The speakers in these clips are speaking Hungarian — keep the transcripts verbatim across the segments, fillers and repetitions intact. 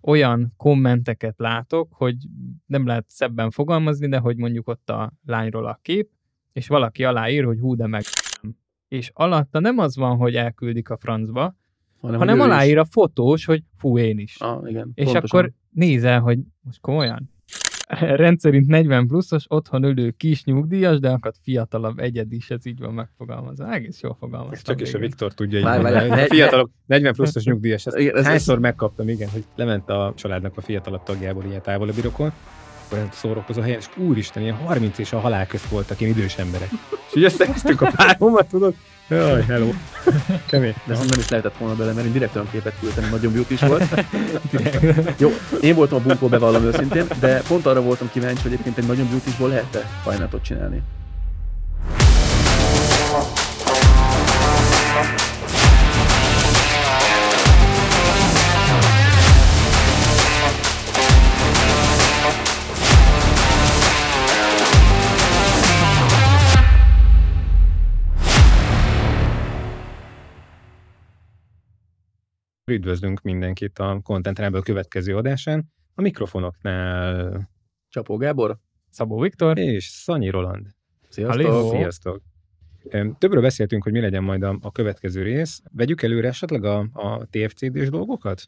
olyan kommenteket látok, hogy nem lehet szebben fogalmazni, de hogy mondjuk ott a lányról a kép, és valaki aláír, hogy hú, de meg... És alatta nem az van, hogy elküldik a francba, hanem, hanem aláír a fotós, hogy fú, én is. Ah, igen, és pontosan. Akkor nézel, hogy most komolyan. Rendszerint negyven pluszos, otthon ülő kis nyugdíjas, de akad fiatalabb egyedi is, ez így van megfogalmazva. Egész jól fogalmaztam. Csak is a Viktor tudja így Várj, mondani. várj, A fiatalok, negyven pluszos nyugdíjas. Ezt Igen, ez- hányszor megkaptam, igen, hogy lement a családnak a fiatalabb tagjából ilyen távolabbi rokon, akkor szórakozó helyen, és úristen, ilyen harminc és a halál közt voltak ilyen idős emberek. És így összeheztük a páromat, tudod? Jaj, hello. Kemény. De ezt nem is lehetett volna bele, mert én direkt olyan képet küldtem, nagyon beauty is volt. Jó, én voltam a bunkó, bevallom őszintén, de pont arra voltam kíváncsi, hogy egyébként egy nagyon beauty-sból lehet-e fajnátot csinálni. Üdvözlünk mindenkit a Content Rebel következő adásán. A mikrofonoknál Csapó Gábor. Szabó Viktor. és Szanyi Roland. Sziasztok. Haló. Sziasztok! Öm, Többről beszéltünk, hogy mi legyen majd a, a következő rész. Vegyük előre esetleg a, a té ef cé dés dolgokat?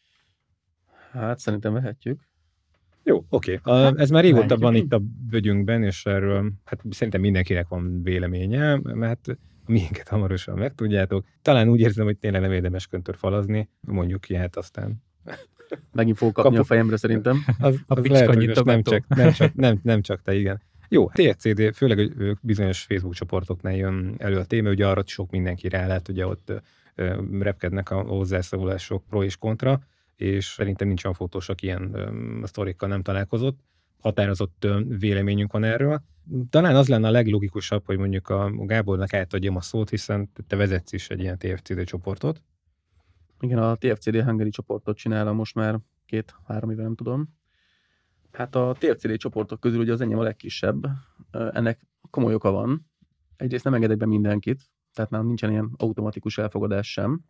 Hát szerintem vehetjük. Jó, oké. Okay. Ez már régóta Vehetjük. van itt a bögyünkben, és erről hát szerintem mindenkinek van véleménye, mert a miénket hamarosan megtudjátok. Talán úgy érzem, hogy tényleg nem érdemes köntörfalazni, mondjuk ki, hát aztán... Megint fogok kapni Kapu. a fejemre szerintem. Az, A az lehet, hogy most nem picskanyitogató. csak, nem, csak, nem, nem csak te, igen. Jó, té ef cé dé, főleg hogy ők bizonyos Facebook csoportoknál jön elő a téma, ugye arra sok mindenki rálát, ugye ott ö, repkednek a hozzászólások pro és kontra, és szerintem nincs olyan fotós, aki ilyen ö, sztorikkal nem találkozott. Határozott ö, véleményünk van erről. Talán az lenne a leglogikusabb, hogy mondjuk a Gábornak átadjam a szót, hiszen te vezetsz is egy ilyen té ef cé dé csoportot. Igen, a té ef cé dé Hungary csoportot csinálom most már két-három éve, nem tudom. Hát a té ef cé dé csoportok közül ugye az enyém a legkisebb. Ennek komoly oka van. Egyrészt nem engedek be mindenkit, tehát már nincsen ilyen automatikus elfogadás sem.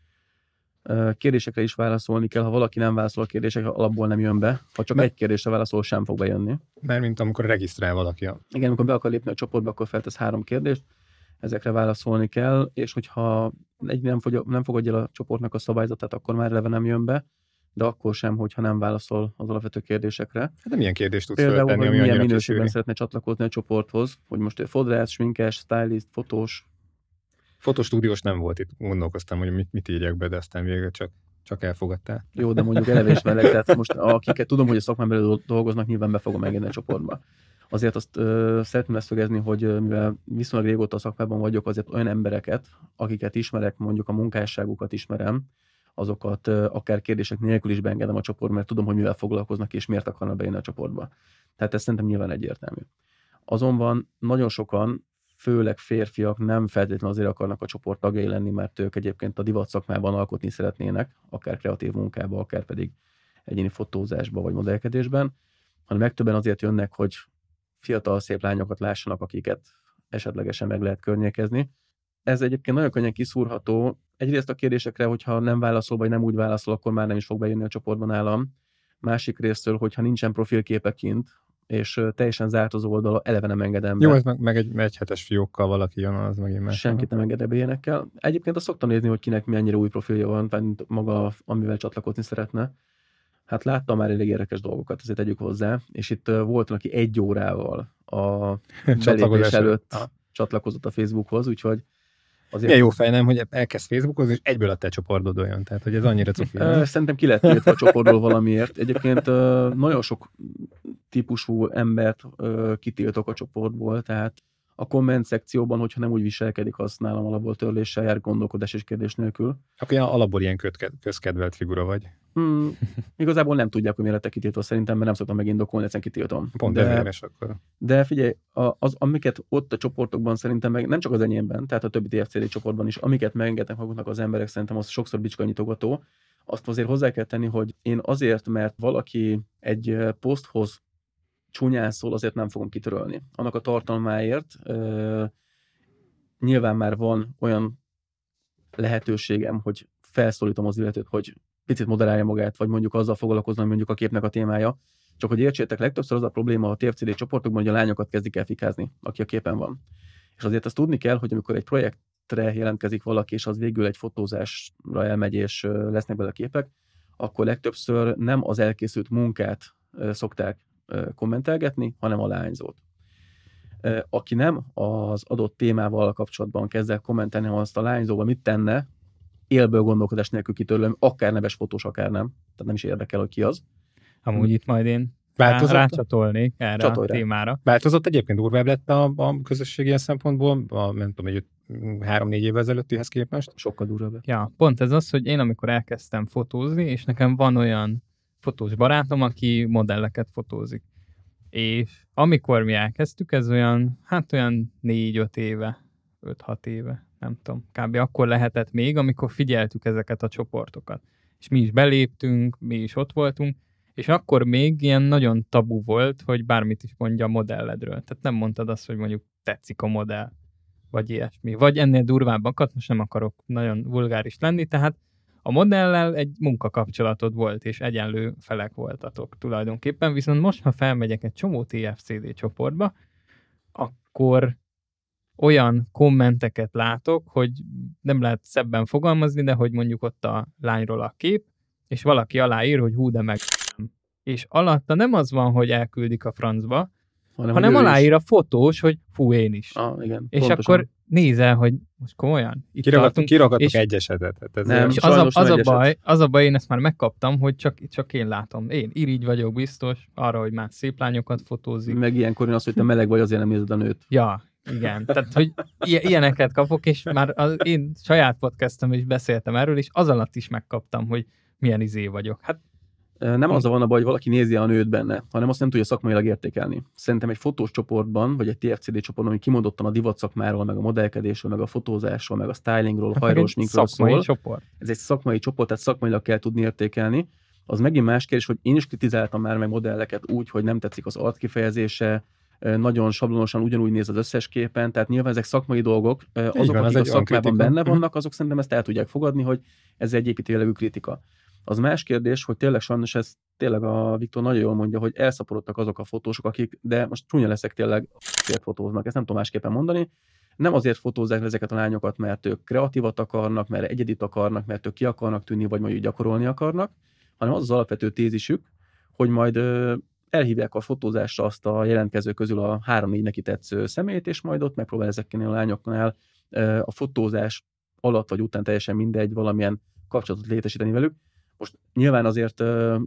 Kérdésekre is válaszolni kell, ha valaki nem válaszol a kérdésekre, alapból nem jön be. Ha csak Mert- egy kérdésre válaszol, sem fog bejönni. Mert mint amikor regisztrál valaki. a- Igen, amikor be akar lépni a csoportba, akkor feltesz három kérdést, ezekre válaszolni kell, és hogyha egy nem, fogy, nem fogadja el a csoportnak a szabályzatát, akkor már eleve nem jön be, de akkor sem, hogyha nem válaszol az alapvető kérdésekre. Hát nem ilyen kérdést tudsz Például, föltenni, hogy ami milyen annyira minőségben kiszűri. szeretne csatlakozni a csoporthoz, hogy most ő fodrász, sminkes, stylist, fotós. Fotostúdiós nem volt itt, gondolkoztam, hogy mit, mit írjak be, de aztán végül csak, csak elfogadtál. Jó, de mondjuk eleve ismerlek, tehát most akiket tudom, hogy a szakmán belül dolgoznak, nyilván be fogom engedni a csoportba. Azért azt ö, szeretném leszögezni, hogy ö, mivel viszonylag régóta a szakmában vagyok, azért olyan embereket, akiket ismerek, mondjuk a munkásságukat ismerem, azokat ö, akár kérdések nélkül is beengedem a csoportba, mert tudom, hogy mivel foglalkoznak és miért akarnak bejönni a csoportba. Tehát ez szerintem nyilván egyértelmű. Azonban nagyon sokan, főleg férfiak nem feltétlenül azért akarnak a csoport tagjai lenni, mert ők egyébként a divat szakmában alkotni szeretnének, akár kreatív munkába, akár pedig egyéni fotózásba vagy modellkedésben, hanem legtöbben azért jönnek, hogy fiatal, szép lányokat lássanak, akiket esetlegesen meg lehet környékezni. Ez egyébként nagyon könnyen kiszúrható. Egyrészt a kérdésekre, hogyha nem válaszol, vagy nem úgy válaszol, akkor már nem is fog bejönni a csoportban nálam. Másik részről, hogyha nincsen profilképe kint, és ö, teljesen zárt az oldala, eleve nem engedem be. Jó, ez meg, meg egy, egy hetes fiókkal valaki jön, az megint más. Senkit nem engedek be ilyenekkel. Egyébként azt szoktam nézni, hogy kinek mennyire új profilja van, mint maga, amivel csatlakozni szeretne. Hát láttam már elég érdekes dolgokat, azért tegyük hozzá, és itt uh, volt, aki egy órával a belépés Csatlakozás előtt előtt. csatlakozott a Facebookhoz, úgyhogy azért... Milyen jó fej, nem, hogy elkezd Facebookozni, és egyből a te csoportod olyan. Tehát, hogy ez annyira cuki. Ö, nem? Szerintem ki lett tiltva a csoportból valamiért. Egyébként ö, nagyon sok típusú embert ö, kitiltok a csoportból, tehát a komment szekcióban, hogyha nem úgy viselkedik, azt nálam alapból törléssel jár, gondolkodás és kérdés nélkül. Akkor ilyen alapból ilyen kötke- közkedvelt figura vagy. Hmm, igazából nem tudják, hogy miért lettek kitiltva szerintem, mert nem szoktam megindokolni, egyszerűen kitiltom. Pont de, ezért akkor. de figyelj, a- az, amiket ott a csoportokban szerintem, meg nem csak az enyémben, tehát a többi té ef cé dé csoportban is, amiket megengednek maguknak az emberek, szerintem az sokszor bicskanyitogató. Azt azért hozzá kell tenni, hogy én azért, mert valaki egy ö, poszthoz csúnyán szól, azért nem fogom kitörölni. Annak a tartalmáért ö, nyilván már van olyan lehetőségem, hogy felszólítom az illetőt, hogy picit moderálja magát, vagy mondjuk azzal foglalkozni, mondjuk a képnek a témája. Csak hogy értsétek, legtöbbször az a probléma a té ef cé dé csoportokban, hogy a lányokat kezdik el fikázni, aki a képen van. És azért azt tudni kell, hogy amikor egy projektre jelentkezik valaki, és az végül egy fotózásra elmegy, és lesznek bele képek, akkor legtöbbször nem az elkészült munkát szokták kommentelgetni, hanem a lányzót. Aki nem az adott témával kapcsolatban kezd el kommentelni, hanem azt a lányzóval mit tenne, élből gondolkodás nélkül kitörlöm, akár neves fotós, akár nem. Tehát nem is érdekel, hogy ki az. Amúgy itt majd én Változott? rácsatolnék erre Csatolj a rá. témára. Változott egyébként, durvább lett a, a közösség ilyen szempontból, a, nem tudom, egy három-négy évvel ezelőttihez képest? Sokkal durvább. Ja, pont ez az, hogy én amikor elkezdtem fotózni, és nekem van olyan fotós barátom, aki modelleket fotózik. És amikor mi elkezdtük, ez olyan, hát olyan négy-öt éve, öt-hat éve, nem tudom, kb. Akkor lehetett még, amikor figyeltük ezeket a csoportokat. És mi is beléptünk, mi is ott voltunk, és akkor még ilyen nagyon tabu volt, hogy bármit is mondja a modelledről. Tehát nem mondtad azt, hogy mondjuk tetszik a modell, vagy ilyesmi. Vagy ennél durvábbakat, most nem akarok nagyon vulgáris lenni, tehát a modellel egy munkakapcsolatod volt, és egyenlő felek voltatok tulajdonképpen, viszont most, ha felmegyek egy csomó té ef cé dé csoportba, akkor olyan kommenteket látok, hogy nem lehet szebben fogalmazni, de hogy mondjuk ott a lányról a kép, és valaki aláír, hogy hú, de meg és alatta nem az van, hogy elküldik a francba, hanem, hanem aláír a fotós, hogy fú, én is. Ah, igen, és pontosan. akkor nézel, hogy most komolyan? Itt Kiragadtunk, kiragadtunk és, egy esetet. Hát ez nem, és az, a, az, a eset. baj, az a baj, én ezt már megkaptam, hogy csak, csak én látom. Én irigy vagyok biztos arra, hogy már szép lányokat fotózik. Meg ilyenkor én azt, hogy te meleg vagy, azért nem nézed a nőt. Ja, igen. Tehát, hogy ilyeneket kapok, és már az én saját podcastom is beszéltem erről, és az alatt is megkaptam, hogy milyen izé vagyok. Hát nem az a van a baj, hogy valaki nézi a nőt benne, hanem azt nem tudja szakmailag értékelni. Szerintem egy fotós csoportban, vagy egy té ef cé dé csoportban, ami kimondottan a divat szakmáról, meg a modellkedésről, meg a fotózásról, meg a stylingról, a hajról, sminkről szól. Csoport. Ez egy szakmai csoport, tehát szakmailag kell tudni értékelni. Az megint más kérdés, hogy én is kritizáltam már meg modelleket úgy, hogy nem tetszik az arckifejezése, nagyon sablonosan ugyanúgy néz az összes képen, tehát nyilván ezek szakmai dolgok, azok, van, akik az a szakmában benne kritika. vannak, azok szerintem ezt el tudják fogadni, hogy ez egy építőjelegű kritika. Az más kérdés, hogy tényleg sajnos ez tényleg a Viktor nagyon jól mondja, hogy elszaporodtak azok a fotósok, akik, de most csúnya leszek, tényleg azért fotóznak, ezt nem tudom másképpen mondani, nem azért fotózzák ezeket a lányokat, mert ők kreatívat akarnak, mert egyedit akarnak, mert ők ki akarnak tűnni, vagy mondjuk gyakorolni akarnak, hanem az az alapvető tézisük, hogy majd ö, elhívják a fotózásra azt a jelentkező közül a három-négy neki tetsző személyt, és majd ott megpróbál ezeknél a lányoknál ö, a fotózás alatt vagy után teljesen mindegy valamilyen kapcsolatot létesíteni velük. Most nyilván azért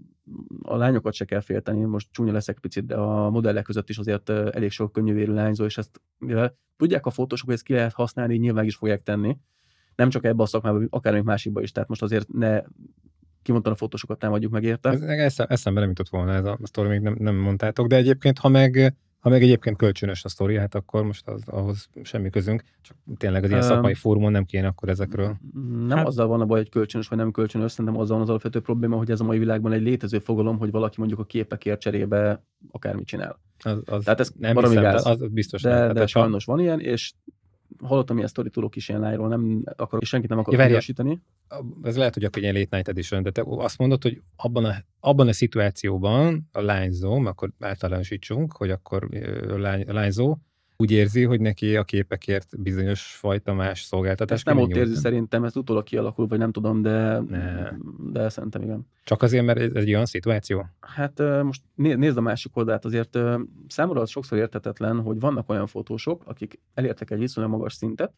a lányokat se kell félteni, most csúnya leszek picit, de a modellek között is azért elég sok könnyűvérű lányzó, és ezt mivel tudják a fotósok, hogy ezt ki lehet használni, nyilván is fogják tenni. Nem csak ebbe a szakmában, akármelyik másikba is, tehát most azért ne kimondtan a fotósokat támadjuk meg érte. Ez, eszem, eszembe nem jutott volna ez a sztori, még nem, nem mondtátok, de egyébként, ha meg, ha meg egyébként kölcsönös a sztori, hát akkor most az, ahhoz semmi közünk, csak tényleg az ilyen Um, szakmai fórumon nem kéne akkor ezekről. Nem Hát- azzal van a baj, hogy kölcsönös vagy nem kölcsönös, szerintem azzal van az alapvető probléma, hogy ez a mai világban egy létező fogalom, hogy valaki mondjuk a képekért cserébe akármit csinál. Az, az Tehát ez nem baromi hiszem, gáz. az, az biztos De, nem. de Tehát, hogyha- sajnos van ilyen, és hallottam ilyen sztorit, tudok is ilyen lányról, nem akarok, és senkit nem akarok Ja, várjál. kiasítani. ez lehet, hogy akkor ilyen late night edition, de te azt mondod, hogy abban a, abban a szituációban a lányzó, akkor általánosítsunk, hogy akkor ö, lány, a lányzó úgy érzi, hogy neki a képekért bizonyos fajta más szolgáltatás. Ezt nem kell ott érzi nyújtani. szerintem, ez utólag kialakul, vagy nem tudom, de, Ne. de szerintem igen. Csak azért, mert ez egy olyan szituáció? Hát ö, most né- nézd a másik oldalt, azért ö, számomra az sokszor érthetetlen, hogy vannak olyan fotósok, akik elértek egy viszonylag magas szintet,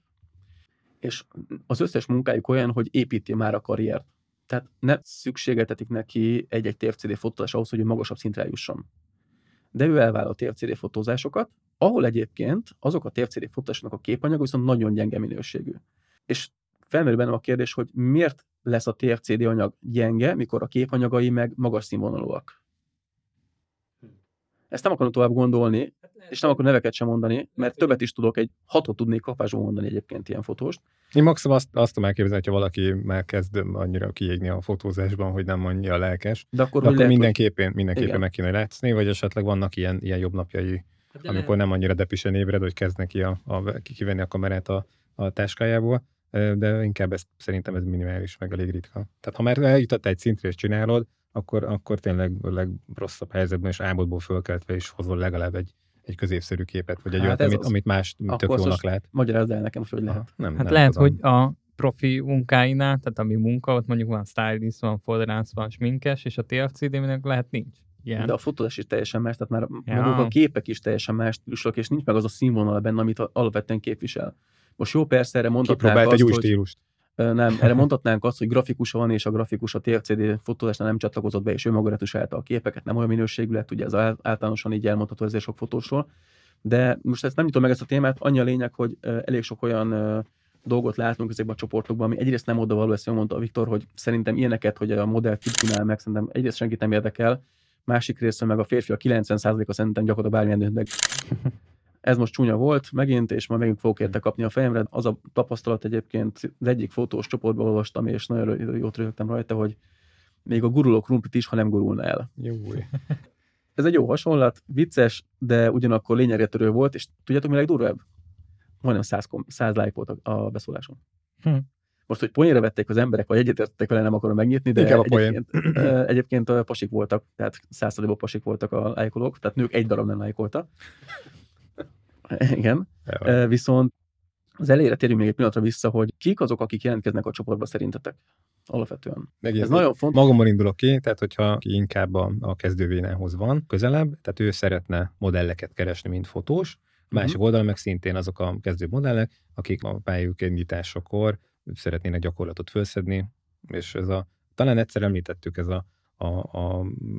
és az összes munkájuk olyan, hogy építi már a karriert. Tehát ne szükségeltetik neki egy-egy té ef cé dé fotózás ahhoz, hogy ő magasabb szintre eljusson. De ő elvállal a té ef cé dé fotózásokat, ahol egyébként azok a té ef cé dé fotózásoknak a képanyagok viszont nagyon gyenge minőségű. És felmerül bennem a kérdés, hogy miért lesz a té ef cé dé anyag gyenge, mikor a képanyagai meg magas színvonalúak. Ezt nem akarom tovább gondolni, és nem akarok neveket sem mondani, mert többet is tudok, egy hatot tudnék kapásból mondani egyébként ilyen fotóst. Én maximum azt, azt tudom elképzelni, hogyha valaki már kezd annyira kiégni a fotózásban, hogy nem annyira lelkes, De akkor, de hogy akkor lehet, mindenképpen, mindenképpen Igen. meg kéne látni, vagy esetleg vannak ilyen, ilyen jobb napjai, amikor nem annyira depisen ébred, hogy kezd neki a, a, kivenni a kamerát a, a táskájából. de inkább ez, szerintem ez minimális, meg elég ritka. Tehát ha már eljutott egy szintre és csinálod, akkor, akkor tényleg a legrosszabb helyzetben és álmodból fölkeltve is hozol legalább egy, egy középszerű képet, vagy egy Hát olyat, amit, az. amit más Akkor tök jónak lát. Magyarázd el nekem, hogy lehet. Aha, nem, Hát nem lehet, tudom. hogy a profi munkáinál, tehát ami munka, ott mondjuk van stylist, van fodrász, van sminkes, és a té ef cé dé-nek lehet nincs. Ilyen. De a fotózás is teljesen más, tehát már Ja. maguk a képek is teljesen más stílusok, és nincs meg az a színvonal benne, amit alapvetően képvisel. Most jó, persze erre mondhatnánk Kipróbált azt, egy új hogy... stílust. Nem, erre mondhatnánk azt, hogy grafikusa van, és a grafikus a té ef cé dé fotózásnál nem csatlakozott be, és ő maga retusálta a képeket, nem olyan minőségű lett, ugye ez általánosan így elmondható ezért sok fotósról. De most ezt nem nyitom meg ezt a témát, annyi a lényeg, hogy elég sok olyan dolgot látunk ezekben a csoportokban, ami egyrészt nem odavaló, ezt mondta a Viktor, hogy szerintem ilyeneket, hogy a modell kicsinál meg, szerintem egyrészt senkit nem érdekel, másik részről meg a férfi a kilencven százaléka szerintem gyakorlatilag bármilyen döntnek. Ez most csúnya volt megint, és majd megint fogok érte kapni a fejemre. Az a tapasztalat egyébként az egyik fotós csoportban olvastam, és nagyon jót röhögtem rajta, hogy még a guruló krumplit is, ha nem gurulna el. Júj. Ez egy jó hasonlat, vicces, de ugyanakkor lényegre törő volt, és tudjátok, mi legdurvább? Majdnem száz, száz like volt a, a beszóláson. Hm. Most, hogy poénra vették az emberek, vagy egyetértettek vele, nem akarom megnyitni, de Inkább a poén. egyébként, egyébként a pasik voltak, tehát száz százalékban pasik voltak a lájkolók, tehát nők egy darab nem lájkolta. Igen. Ja. Viszont az elejére térjünk még egy pillanatra vissza, hogy kik azok, akik jelentkeznek a csoportba szerintetek? Alapvetően. Megint Ez nagyon fontos. Magammal indulok ki, tehát hogyha ki inkább a, a kezdővénához van közelebb, tehát ő szeretne modelleket keresni, mint fotós, a másik Uh-huh. oldalon meg szintén azok a kezdő modellek, akik a pályájuk indításakor szeretnének gyakorlatot felszedni, és ez a, talán egyszer említettük, ez a, a, a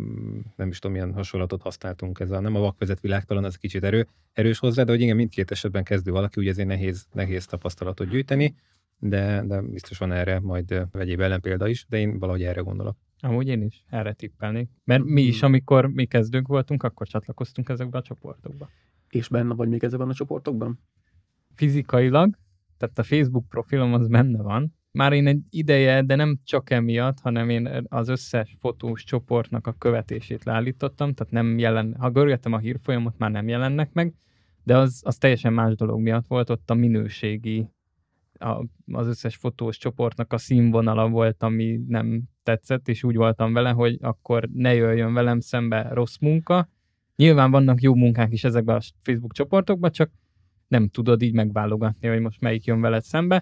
nem is tudom, milyen hasonlatot használtunk, ez a nem a vakvezet világtalan, az kicsit erő, erős hozzá, de hogy igen, mindkét esetben kezdő valaki, ugye ezért nehéz, nehéz tapasztalatot gyűjteni, de, de biztos van erre majd egyéb ellenpélda is, de én valahogy erre gondolok. Amúgy én is erre tippelnék. Mert mi is, amikor mi kezdők voltunk, akkor csatlakoztunk ezekbe a csoportokba. És benne vagy még ezekben a csoportokban? Fizikailag, tehát a Facebook profilom az benne van. Már én egy ideje, de nem csak emiatt, hanem én az összes fotós csoportnak a követését leállítottam, tehát nem jelen, ha görgettem a hírfolyamot, már nem jelennek meg, de az, az teljesen más dolog miatt volt, ott a minőségi, a, az összes fotós csoportnak a színvonala volt, ami nem tetszett, és úgy voltam vele, hogy akkor ne jöjjön velem szembe rossz munka. Nyilván vannak jó munkák is ezekben a Facebook csoportokban, csak nem tudod így megválogatni, hogy most melyik jön veled szembe.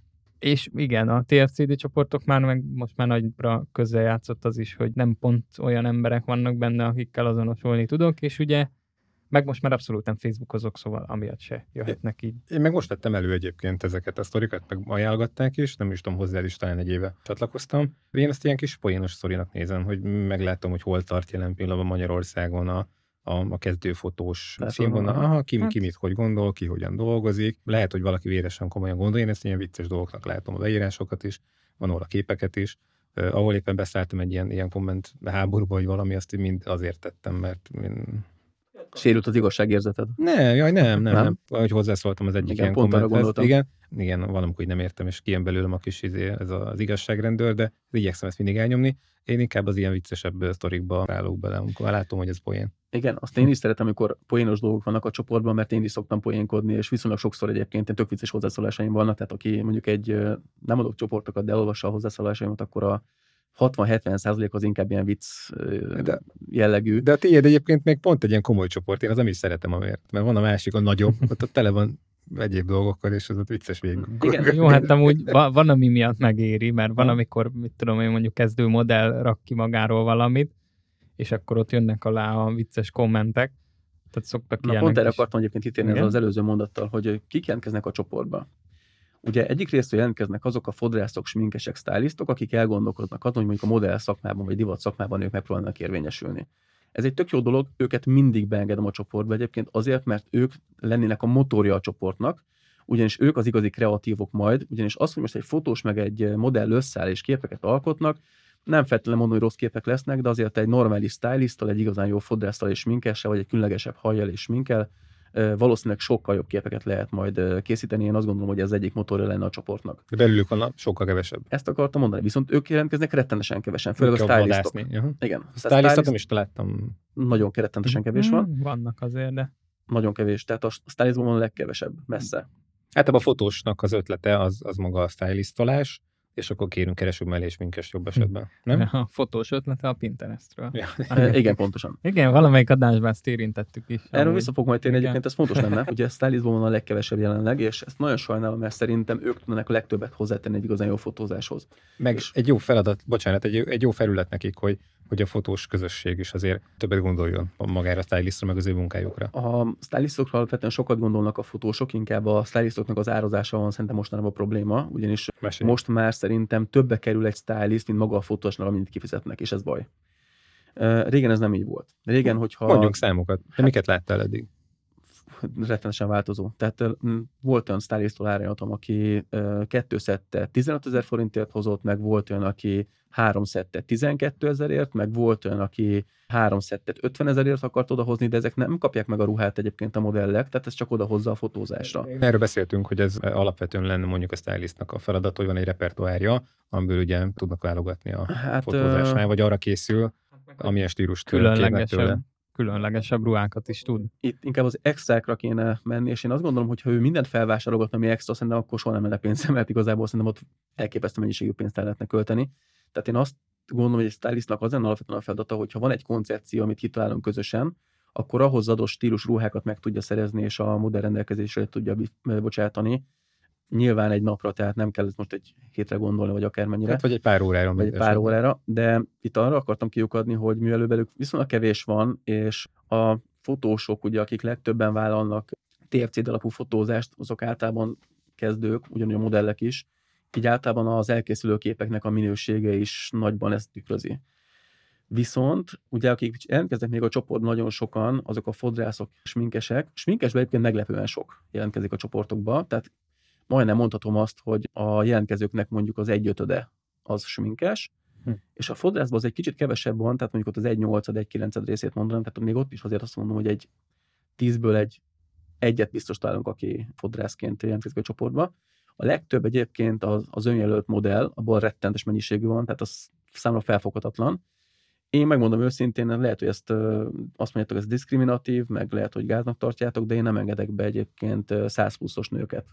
És igen, a té ef cé dé csoportok már meg most már nagyra közel játszott az is, hogy nem pont olyan emberek vannak benne, akikkel azonosulni tudok, és ugye meg most már abszolút nem Facebookozok, szóval amiatt se jöhetnek így. Én meg most tettem elő egyébként ezeket a sztorikat, meg ajánlgatták is, nem is tudom, hozzá is talán egy éve csatlakoztam. Én ezt ilyen kis poénos sztorinak nézem, hogy meglátom, hogy hol tart jelen pillanatban Magyarországon a, a, a kezdőfotós színvonal. Aha, ki, ki mit hogy gondol, ki hogyan dolgozik. Lehet, hogy valaki véresen komolyan gondol, én ezt ilyen vicces dolgoknak látom, a beírásokat is, van ahol a képeket is. Uh, ahol éppen beszálltam egy ilyen, ilyen komment háborúba, vagy valami, azt mind azért tettem, mert én... Sérült az igazságérzeted? Nem, jaj, nem, nem, Nem? nem. Ahogy hozzászóltam az egyik Igen, ilyen pont arra kommenthez. gondoltam. Igen, igen, valamikor hogy nem értem, és kijön belőlem a kis izé, ez az igazságrendőr, de igyekszem ezt mindig elnyomni. Én inkább az ilyen viccesebb sztorikba állok bele, amikor látom, hogy ez poén. Igen, azt én is szeretem, amikor poénos dolgok vannak a csoportban, mert én is szoktam poénkodni, és viszonylag sokszor egyébként én tök vicces hozzászólásaim vannak, tehát aki mondjuk egy, nem adok csoportokat, de elolvassa a hozzászólásaimat, akkor a hatvan-hetven százalék az inkább ilyen vicc de, jellegű. De a tiéd egyébként még pont egy ilyen komoly csoport, én az nem is szeretem amért, mert van a másik, a nagyobb, ott, ott tele van egyéb dolgokkal, és az ott vicces végig. Igen. Jó, hát amúgy va- van, ami miatt megéri, mert van, amikor, mit tudom én, mondjuk kezdő modell rak ki magáról valamit, és akkor ott jönnek alá a vicces kommentek. Tehát szoktak Na pont erre akartam egyébként kitérni az előző mondattal, hogy kik jelentkeznek a csoportba. Ugye egyik részről jelentkeznek azok a fodrászok, sminkesek, stylistok, akik elgondolkoznak azon, hogy mondjuk a modell szakmában vagy divat szakmában ők megpróbálnak érvényesülni. Ez egy tök jó dolog, őket mindig beengedem a csoportba egyébként azért, mert ők lennének a motorja a csoportnak, ugyanis ők az igazi kreatívok majd, ugyanis az, hogy most egy fotós meg egy modell összeáll és képeket alkotnak, nem feltétlenül mondom, hogy rossz képek lesznek, de azért egy normális stylisttal, egy igazán jó fodrásztal és sminkessel, vagy egy különlegesebb hajjal és sminkkel valószínűleg sokkal jobb képeket lehet majd készíteni. Én azt gondolom, hogy ez egyik motorja lenne a csoportnak. De belülük van sokkal kevesebb. Ezt akartam mondani, viszont ők jelentkeznek rettenesen kevesen, főleg a stylistok. Igen. A stylistot nem is találtam. Nagyon rettenesen kevés van. Vannak azért, de... Nagyon kevés, tehát a stylistban van a legkevesebb, messze. Általában a fotósnak az ötlete az, az maga a stylistolás, és akkor kérünk kereső mellé és minkes jobb esetben. Nem? A fotós ötlete a Pinterestről. Ja. E, igen, pontosan. Igen, valamelyik adásban ezt érintettük is. Erről amúgy. vissza fog majd térni, Igen. egyébként ez fontos lenne. Ugye a stylistban van a legkevesebb jelenleg, és ezt nagyon sajnálom, mert szerintem ők tudnak a legtöbbet hozzátenni egy igazán jó fotózáshoz. Meg És- egy jó feladat, bocsánat, egy, egy jó felület nekik, hogy, hogy a fotós közösség is azért többet gondoljon magára a stylistra, meg az ő munkájukra. A stylistokra alapvetően sokat gondolnak a fotósok, inkább a stylistoknak az árazása van szerintem mostanában a probléma, ugyanis Mesélj. most már szerintem többe kerül egy stylist, mint maga a fotósnak, amit kifizetnek, és ez baj. Uh, Régen ez nem így volt. Régen, hogyha... Mondjunk számokat. De Hát- miket láttál eddig? rettenetesen változó. Tehát uh, volt olyan stylistól árajlatom, aki uh, kettő szette tizenötezer forintért hozott, meg volt olyan, aki három szettet tizenkétezerért, meg volt olyan, aki három szettet ötvenezerért akart odahozni, de ezek nem kapják meg a ruhát egyébként a modellek, tehát ez csak odahozza a fotózásra. Erről beszéltünk, hogy ez alapvetően lenne mondjuk a stylistnak a feladat, hogy van egy repertoárja, amiből ugye tudnak válogatni a Hát, fotózásnál, vagy arra készül, amilyen stílust kérnek tőle. Különlegesebb, különlegesebb ruhákat is tud. Itt inkább az extrákra kéne menni, és én azt gondolom, hogy ha ő mindent felvásárolgatna, ami extra, szerintem akkor soha nem lenne pénzem, mert igazából szerintem ott elképesztő mennyiségű pénzt el lehetne költeni. Tehát én azt gondolom, hogy egy stylistnak az lenne alapvetően a feladata, hogy ha van egy koncepció, amit kitalálunk közösen, akkor ahhoz adott stílus ruhákat meg tudja szerezni, és a modell rendelkezésre tudja bocsátani. Nyilván egy napra, tehát nem kell ezt most egy hétre gondolni, vagy akármennyire. Hát, vagy egy pár órára. vagy egy pár órára, de itt arra akartam kiukadni, hogy mivel belük viszonylag kevés van, és a fotósok, ugye, akik legtöbben vállalnak té ef cé alapú fotózást, azok általában kezdők, ugyanúgy a modellek is, így általában az elkészülő képeknek a minősége is nagyban ezt tükrözi. Viszont, ugye, akik jelentkeznek még a csoport nagyon sokan, azok a fodrászok, sminkesek. Sminkesben egyébként meglepően sok jelentkezik a csoportokba, tehát majdnem mondhatom azt, hogy a jelentkezőknek mondjuk az egyötöde az sminkes, hm. és a fodrászban az egy kicsit kevesebb van, tehát mondjuk ott az egy nyolcad, egy kilenced részét mondanám, tehát még ott is azért azt mondom, hogy egy tízből egy egyet biztos találunk, aki fodrászként jelentkezik a csoportba. A legtöbb egyébként az, az önjelölt modell, abból rettentes mennyiségű van, tehát az számomra felfoghatatlan. Én megmondom őszintén, lehet, hogy ezt azt mondjátok, ez diszkriminatív, meg lehet, hogy gáznak tartjátok, de én nem engedek be egyébként száz pluszos nőket.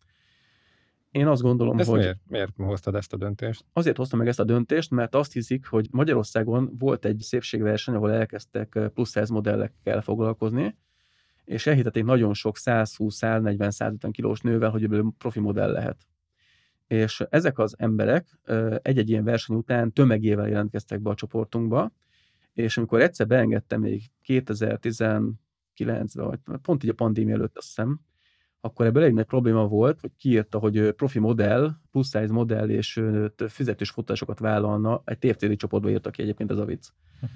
Én azt gondolom, ezt hogy... Miért? miért hoztad ezt a döntést? Azért hoztam meg ezt a döntést, mert azt hiszik, hogy Magyarországon volt egy szépségverseny, ahol elkezdtek plusz száz modellekkel foglalkozni, és elhitették nagyon sok százhúsz, száznegyven, százötven kilós nővel, hogy ebből profi modell lehet. És ezek az emberek egy-egy ilyen verseny után tömegével jelentkeztek be a csoportunkba, és amikor egyszer beengedtem még kétezer-tizenkilencben, vagy pont így a pandémia előtt, azt hiszem, akkor ebből egy nagy probléma volt, hogy kiírta, hogy profi modell, plusz size modell és fizetős fotósokat vállalna, egy té ef cé dé csoportba írta ki egyébként ez a vicc.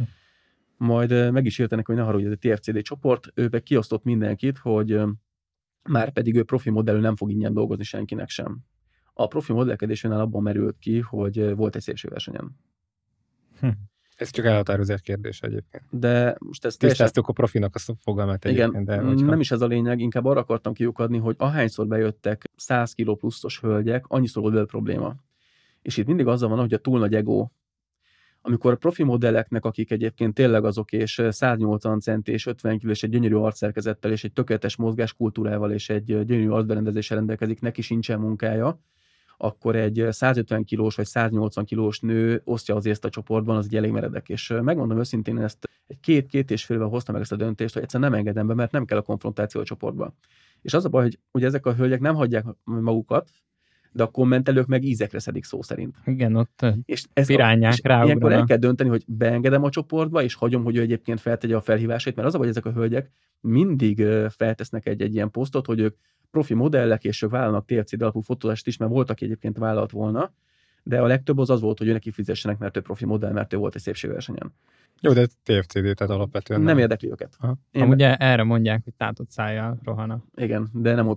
Majd meg is írta neki, hogy ne haragudj, ez egy té ef cé dé csoport, ő meg kiosztott mindenkit, hogy már pedig ő profi modellő nem fog ingyen dolgozni senkinek sem. A profi modellkedésnél abban merült ki, hogy volt egy szépségversenyen. Hm. Ez csak elhatározás kérdés egyébként. De most ezt tisztáztuk a profinak a fogalmát egyébként. Igen, de hogyha... nem is ez a lényeg, inkább arra akartam kiukadni, hogy ahányszor bejöttek száz kiló pluszos hölgyek, annyiszor volt belőle probléma. És itt mindig azzal van, hogy a túl nagy ego. Amikor a profi modelleknek, akik egyébként tényleg azok, és száznyolcvan centi és ötven kiló, és egy gyönyörű arcszerkezettel, és egy tökéletes mozgáskultúrával, és egy gyönyörű arcberendezéssel rendelkezik, neki sincsen munkája, akkor egy százötven kilós vagy száznyolcvan kilós nő osztja az észt a csoportban, az egy elég meredek. És megmondom őszintén, ezt egy két-két és fél évvel hoztam meg ezt a döntést, hogy egyszerűen nem engedem be, mert nem kell a konfrontáció a csoportba. És az a baj, hogy ugye ezek a hölgyek nem hagyják magukat, de a kommentelők meg ízekre szedik szó szerint. Igen, ott és ez pirányák ráugranak. Ilyenkor el kell dönteni, hogy beengedem a csoportba, és hagyom, hogy ő egyébként feltegye a felhívásait, mert az a baj, hogy ezek a hölgyek mindig feltesznek egy-egy ilyen posztot, hogy ők profi modellek, és ők vállalnak té ef cé alapú fotózást is, mert volt, aki egyébként vállalt volna, de a legtöbb az az volt, hogy ő neki fizessenek, mert ő profi modell, mert ő volt egy szépségversenyen. Jó, de té ef cé dé, tehát alapvetően nem. Nem érdekli őket. Én Amúgy be... erre mondják, hogy tátott szájjal rohana. Igen, de nem ott.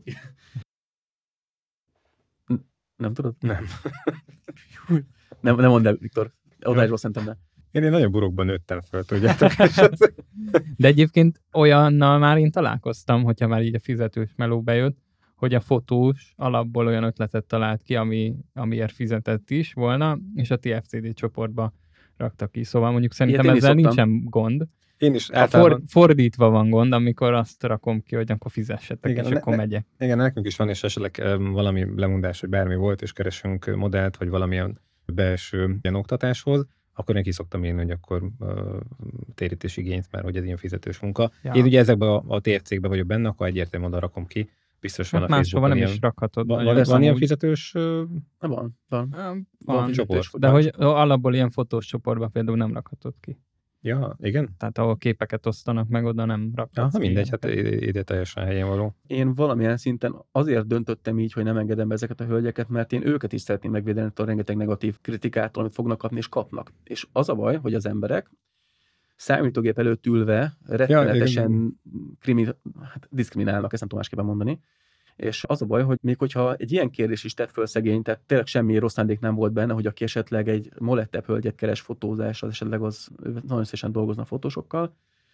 Nem tudod? Nem. nem, nem mondd el, Viktor. Odáisból szerintem ne. Én, én nagyon burokban nőttem föl, tudjátok. De egyébként olyannal már én találkoztam, hogyha már így a fizetős meló bejött, hogy a fotós alapból olyan ötletet talált ki, ami, amiért fizetett is volna, és a té ef cé dé csoportba rakta ki. Szóval mondjuk szerintem ezzel nincsen gond. Én is A általában... for, fordítva van gond, amikor azt rakom ki, hogy akkor fizessetek, Igen, és ne, akkor ne, megyek. Igen, nekünk is van, és esetleg um, valami lemondás, hogy bármi volt, és keresünk modellt, vagy valamilyen belső ilyen oktatáshoz, akkor neki szoktam én, hogy akkor uh, térítés igényt, mert hogy ez ilyen fizetős munka. Ja. Én ugye ezekben a, a té ef cégben vagyok benne, akkor egyértelműen oda rakom ki. Biztos van hát a Facebookon nem ilyen... is rakhatod. Van, van, van ilyen fizetős... Uh, van, van. Van, van csoport. De hogy alapból ilyen fotós csoportban például nem rakhatod ki. Ja, igen. Tehát ahol képeket osztanak meg, oda nem rakhatsz. Ja, mindegy, hát ide teljesen helyén való. Én valamilyen szinten azért döntöttem így, hogy nem engedem be ezeket a hölgyeket, mert én őket is szeretném megvédeni a rengeteg negatív kritikától, amit fognak kapni és kapnak. És az a baj, hogy az emberek számítógép előtt ülve rettenetesen ja, krimi, hát, diszkriminálnak, ezt nem tudom másképpen mondani. És az a baj, hogy még hogyha egy ilyen kérdés is tett föl szegény, tehát tényleg semmi rossz szándék nem volt benne, hogy aki esetleg egy molettebb hölgyet keres fotózás, az esetleg az nagyon szépen dolgozna fotósokkal,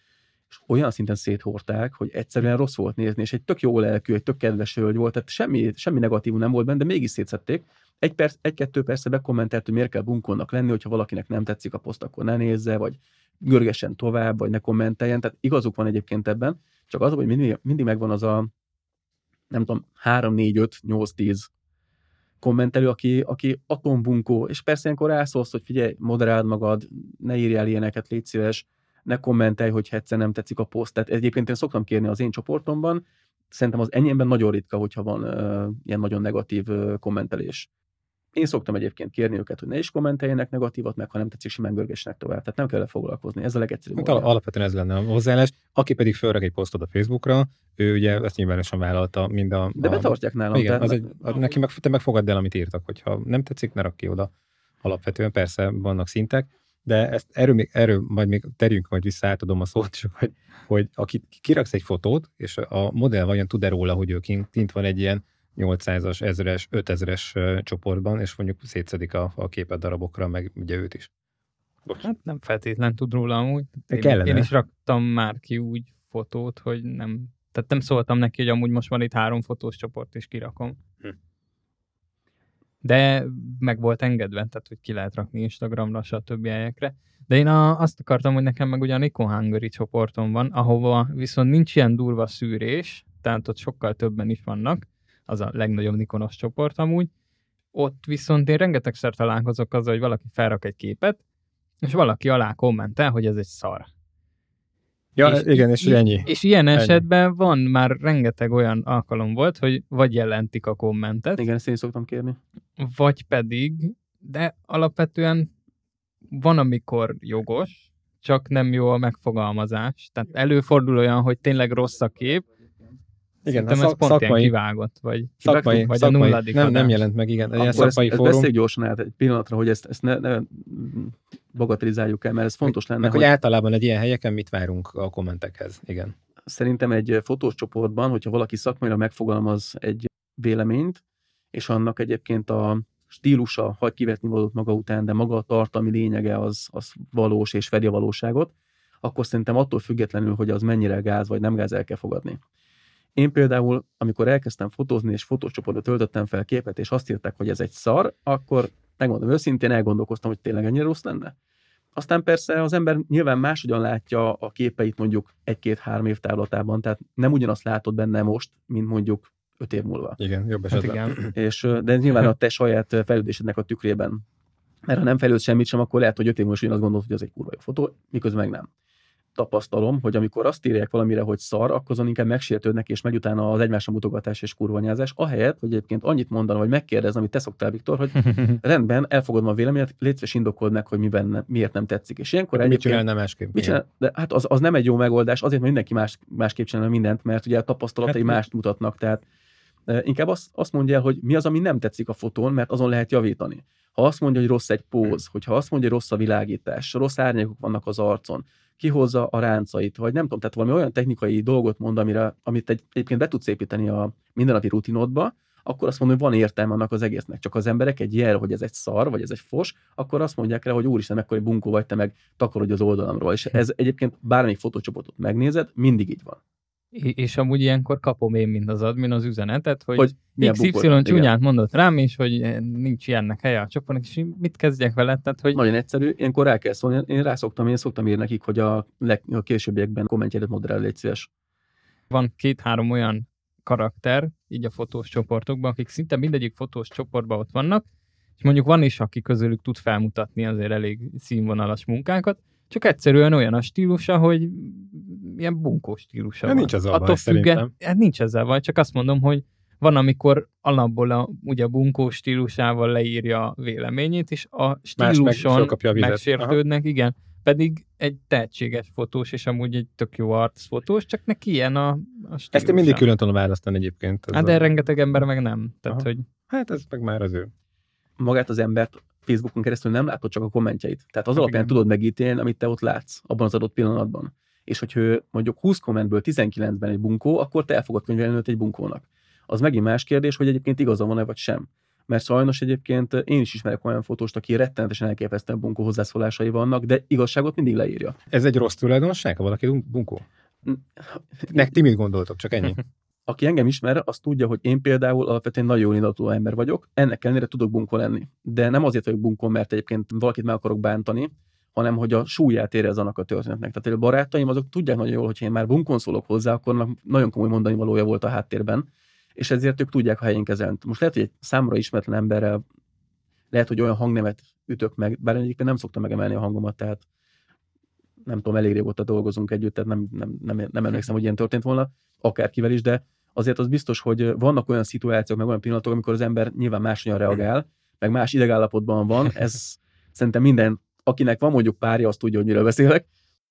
és olyan szinten széthorták, hogy egyszerűen rossz volt nézni, és egy tök jó lelkű, egy tök kedves hölgy volt, tehát semmi, semmi negatív nem volt benne, de mégis szétszedték. Egy perc, egy-kettő persze bekommentelt, hogy miért kell bunkónak lenni, hogyha valakinek nem tetszik a poszt, akkor ne nézze, vagy görgessen tovább, vagy ne kommenteljen. Tehát igazuk van egyébként ebben, csak az, hogy mindig, mindig megvan az a nem tudom, három, négy, öt, nyolc, tíz kommentelő, aki, aki atombunkó, és persze ilyenkor rászólsz, hogy figyelj, moderáld magad, ne írjál ilyeneket, légy szíves, ne kommentelj, hogy egyszer nem tetszik a poszt. Tehát egyébként én szoktam kérni az én csoportomban, szerintem az enyémben nagyon ritka, hogyha van uh, ilyen nagyon negatív uh, kommentelés. Én szoktam egyébként kérni őket, hogy ne is kommenteljenek negatívat, meg ha nem tetszik, simán görgessenek tovább. Tehát nem kell foglalkozni. Ez a legegyszerűbb. Hát alapvetően ez lenne a hozzáállás. Aki pedig felrak egy posztot a Facebookra, ő ugye ezt nyilvánosan vállalta mind a... De betartják nálam. Igen, az egy, a, neki meg, te meg fogadd el, amit írtak, hogyha nem tetszik, ne rakj ki oda. Alapvetően persze vannak szintek, de ezt erről, még, erről majd még terjünk, majd vissza átadom a szót, csak hogy, hogy aki kiraksz egy fotót, és a modell vajon tud-e róla, hogy ő kint van egy ilyen nyolcszázas, ezres, ötezres csoportban, és mondjuk szétszedik a, a képet darabokra, meg ugye őt is. Bocs. Hát nem feltétlen tud róla amúgy. Én, én is raktam már ki úgy fotót, hogy nem, tehát nem szóltam neki, hogy amúgy most van itt három fotós csoport, és kirakom. Hm. De meg volt engedve, tehát hogy ki lehet rakni Instagramra, stb. Helyekre. De én a, azt akartam, hogy nekem meg ugye a Nikon Hungary csoportom van, ahova viszont nincs ilyen durva szűrés, tehát ott sokkal többen is vannak, az a legnagyobb Nikonos csoport amúgy. Ott viszont én rengetegszer találkozok azzal, hogy valaki felrak egy képet, és valaki alá kommentel, hogy ez egy szar. Ja, és igen, és i- ennyi. És ilyen ennyi. esetben van már rengeteg olyan alkalom volt, hogy vagy jelentik a kommentet. Igen, ezt én szoktam kérni. Vagy pedig, de alapvetően van, amikor jogos, csak nem jó a megfogalmazás. Tehát előfordul olyan, hogy tényleg rossz a kép, igen, ez szak, pont szakmai, ilyen kivágott, vagy, szakmai, vagy szakmai, a nulladik nem, adás. nem jelent meg, igen. Ilyen Akkor szakmai ezt, ezt fórum. beszéljük gyorsan át egy pillanatra, hogy ezt, ezt ne, ne bagatelizáljuk el, mert ez fontos lenne. Meg, hogy, hogy általában egy ilyen helyeken mit várunk a kommentekhez, igen. Szerintem egy fotós csoportban, hogyha valaki szakmailag megfogalmaz egy véleményt, és annak egyébként a stílusa hagy kivetni valót maga után, de maga a tartalmi lényege az, az valós és fedi a valóságot, akkor szerintem attól függetlenül, hogy az mennyire gáz vagy nem gáz, el kell fogadni. Én például, amikor elkezdtem fotózni, és fotócsoportba töltöttem fel képet, és azt írták, hogy ez egy szar, akkor megmondom őszintén, elgondolkoztam, hogy tényleg ennyire rossz lenne. Aztán persze az ember nyilván máshogyan látja a képeit mondjuk egy-két-három év távlatában, tehát nem ugyanazt látod benne most, mint mondjuk öt év múlva. Igen, jobb Hát esetben. igen. És, de nyilván a te saját fejlődésednek a tükrében. Mert ha nem fejlődsz semmit sem, akkor lehet, hogy öt év múlva azt gondolod, hogy ez egy kurva jó fotó, miközben meg nem. Tapasztalom, hogy amikor azt írják valamire, hogy szar, akkor azon inkább megsértődnek, és megy utána az egymásra mutogatás és kurvanyázás, ahelyett, hogy egyébként annyit mondana, vagy megkérdez, amit te szoktál, Viktor, hogy rendben, elfogadom a véleményet, légy szíves indokold meg, hogy miben ne, miért nem tetszik. És ilyenkor Mit egyébként... csinálna másképp? Mit csinál, de hát az, az nem egy jó megoldás, azért, mert mindenki más, másképp csinálna mindent, mert ugye a tapasztalatai Hát, mást mutatnak, tehát e, inkább azt, azt mondja, hogy mi az, ami nem tetszik a fotón, mert azon lehet javítani. Ha azt mondja, hogy rossz egy póz, hogyha azt mondja, hogy rossz a világítás, rossz árnyékok vannak az arcon, kihozza a ráncait, vagy nem tudom, tehát valami olyan technikai dolgot mond, amire, amit egy, egyébként be tudsz építeni a mindennapi rutinodba, akkor azt mondom, hogy van értelme annak az egésznek. Csak az emberek egy jelre, hogy ez egy szar, vagy ez egy fos, akkor azt mondják rá, hogy úristen, mekkora egy bunkó vagy, te meg takarodj az oldalamról. És ez egyébként bármelyik fotócsoportot megnézed, mindig így van. És amúgy ilyenkor kapom én, mint az admin, az üzenetet, hogy, hogy iksz ipszilon csúnyát mondott rám, és hogy nincs ilyennek helye a csoportnak, és mit kezdjek vele? Tehát, hogy... Nagyon egyszerű, ilyenkor rá kell szólni, én rászoktam, én szoktam írni nekik, hogy a, leg, a későbbiekben kommentjeidet moderál, légy szíves. Van két-három olyan karakter, így a fotós csoportokban, akik szinte mindegyik fotós csoportban ott vannak, és mondjuk van is, aki közülük tud felmutatni azért elég színvonalas munkákat, csak egyszerűen olyan a stílusa, hogy ilyen bunkó stílusa van. Nincs ezzel baj, függen, hát nincs ezzel baj, csak azt mondom, hogy van, amikor alapból a, ugye a bunkó stílusával leírja a véleményét, és a stíluson meg megsértődnek, Aha. igen, pedig egy tehetséges fotós, és amúgy egy tök jó arcfotós, csak neki ilyen a, a stílusa. Ezt én mindig külön tudom választani egyébként. Hát de a... rengeteg ember meg nem. Tehát, hogy... Hát ez meg már az ő. Magát az embert Facebookon keresztül nem látod csak a kommentjeit. Tehát az alapján igen. tudod megítélni, amit te ott látsz abban az adott pillanatban. És hogy ő mondjuk húsz kommentből tizenkilencben egy bunkó, akkor te el fogod könyvelni őt egy bunkónak. Az megint más kérdés, hogy egyébként igaza van-e vagy sem. Mert sajnos egyébként én is ismerek olyan fotóst, aki rettenetesen elképesztően bunkó hozzászólásai vannak, de igazságot mindig leírja. Ez egy rossz tulajdonság, ha valaki bunkó? Nek ti mit gondoltok? Csak ennyi? Aki engem ismer, az tudja, hogy én például alapvetően nagyon jól indulatú ember vagyok, ennek ellenére tudok bunkó lenni. De nem azért vagyok bunkó, mert egyébként valakit meg akarok bántani, hanem hogy a súlyát érez annak a történetnek. Tehát a barátaim azok tudják nagyon jól, hogy én már bunkón szólok hozzá, akkor nagyon komoly mondani valója volt a háttérben, és ezért ők tudják a helyén kezelni. Most lehet, hogy egy számra ismeretlen emberrel lehet, hogy olyan hangnemet ütök meg, bár egyébként nem szoktam megemelni a hangomat, tehát nem tudom, elég régóta dolgozunk együtt, tehát nem, nem, nem, nem emlékszem, hogy ilyen történt volna, akárkivel is, de azért az biztos, hogy vannak olyan szituációk, meg olyan pillanatok, amikor az ember nyilván máshogyan reagál, meg más idegállapotban van, ez szerintem minden, akinek van mondjuk párja, azt tudja, hogy miről beszélek.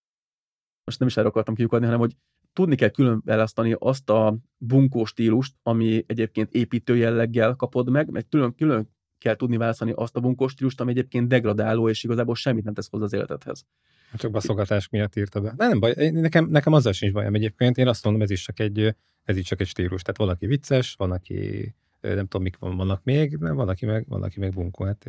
Most nem is erre akartam kiukadni, hanem hogy tudni kell külön választani azt a bunkó stílust, ami egyébként építő jelleggel kapod meg, meg külön, külön kell tudni választani azt a bunkó stílust, ami egyébként degradáló, és igazából semmit nem tesz hozzá az életedhez. Csak baszogatás miatt írta be. De nem baj, nekem, nekem azzal sincs bajom egyébként. Én azt mondom, ez is csak egy, ez is csak egy stílus. Tehát valaki vicces, van, aki nem tudom, mik vannak még, de van, aki meg, van, aki meg bunkó. Hát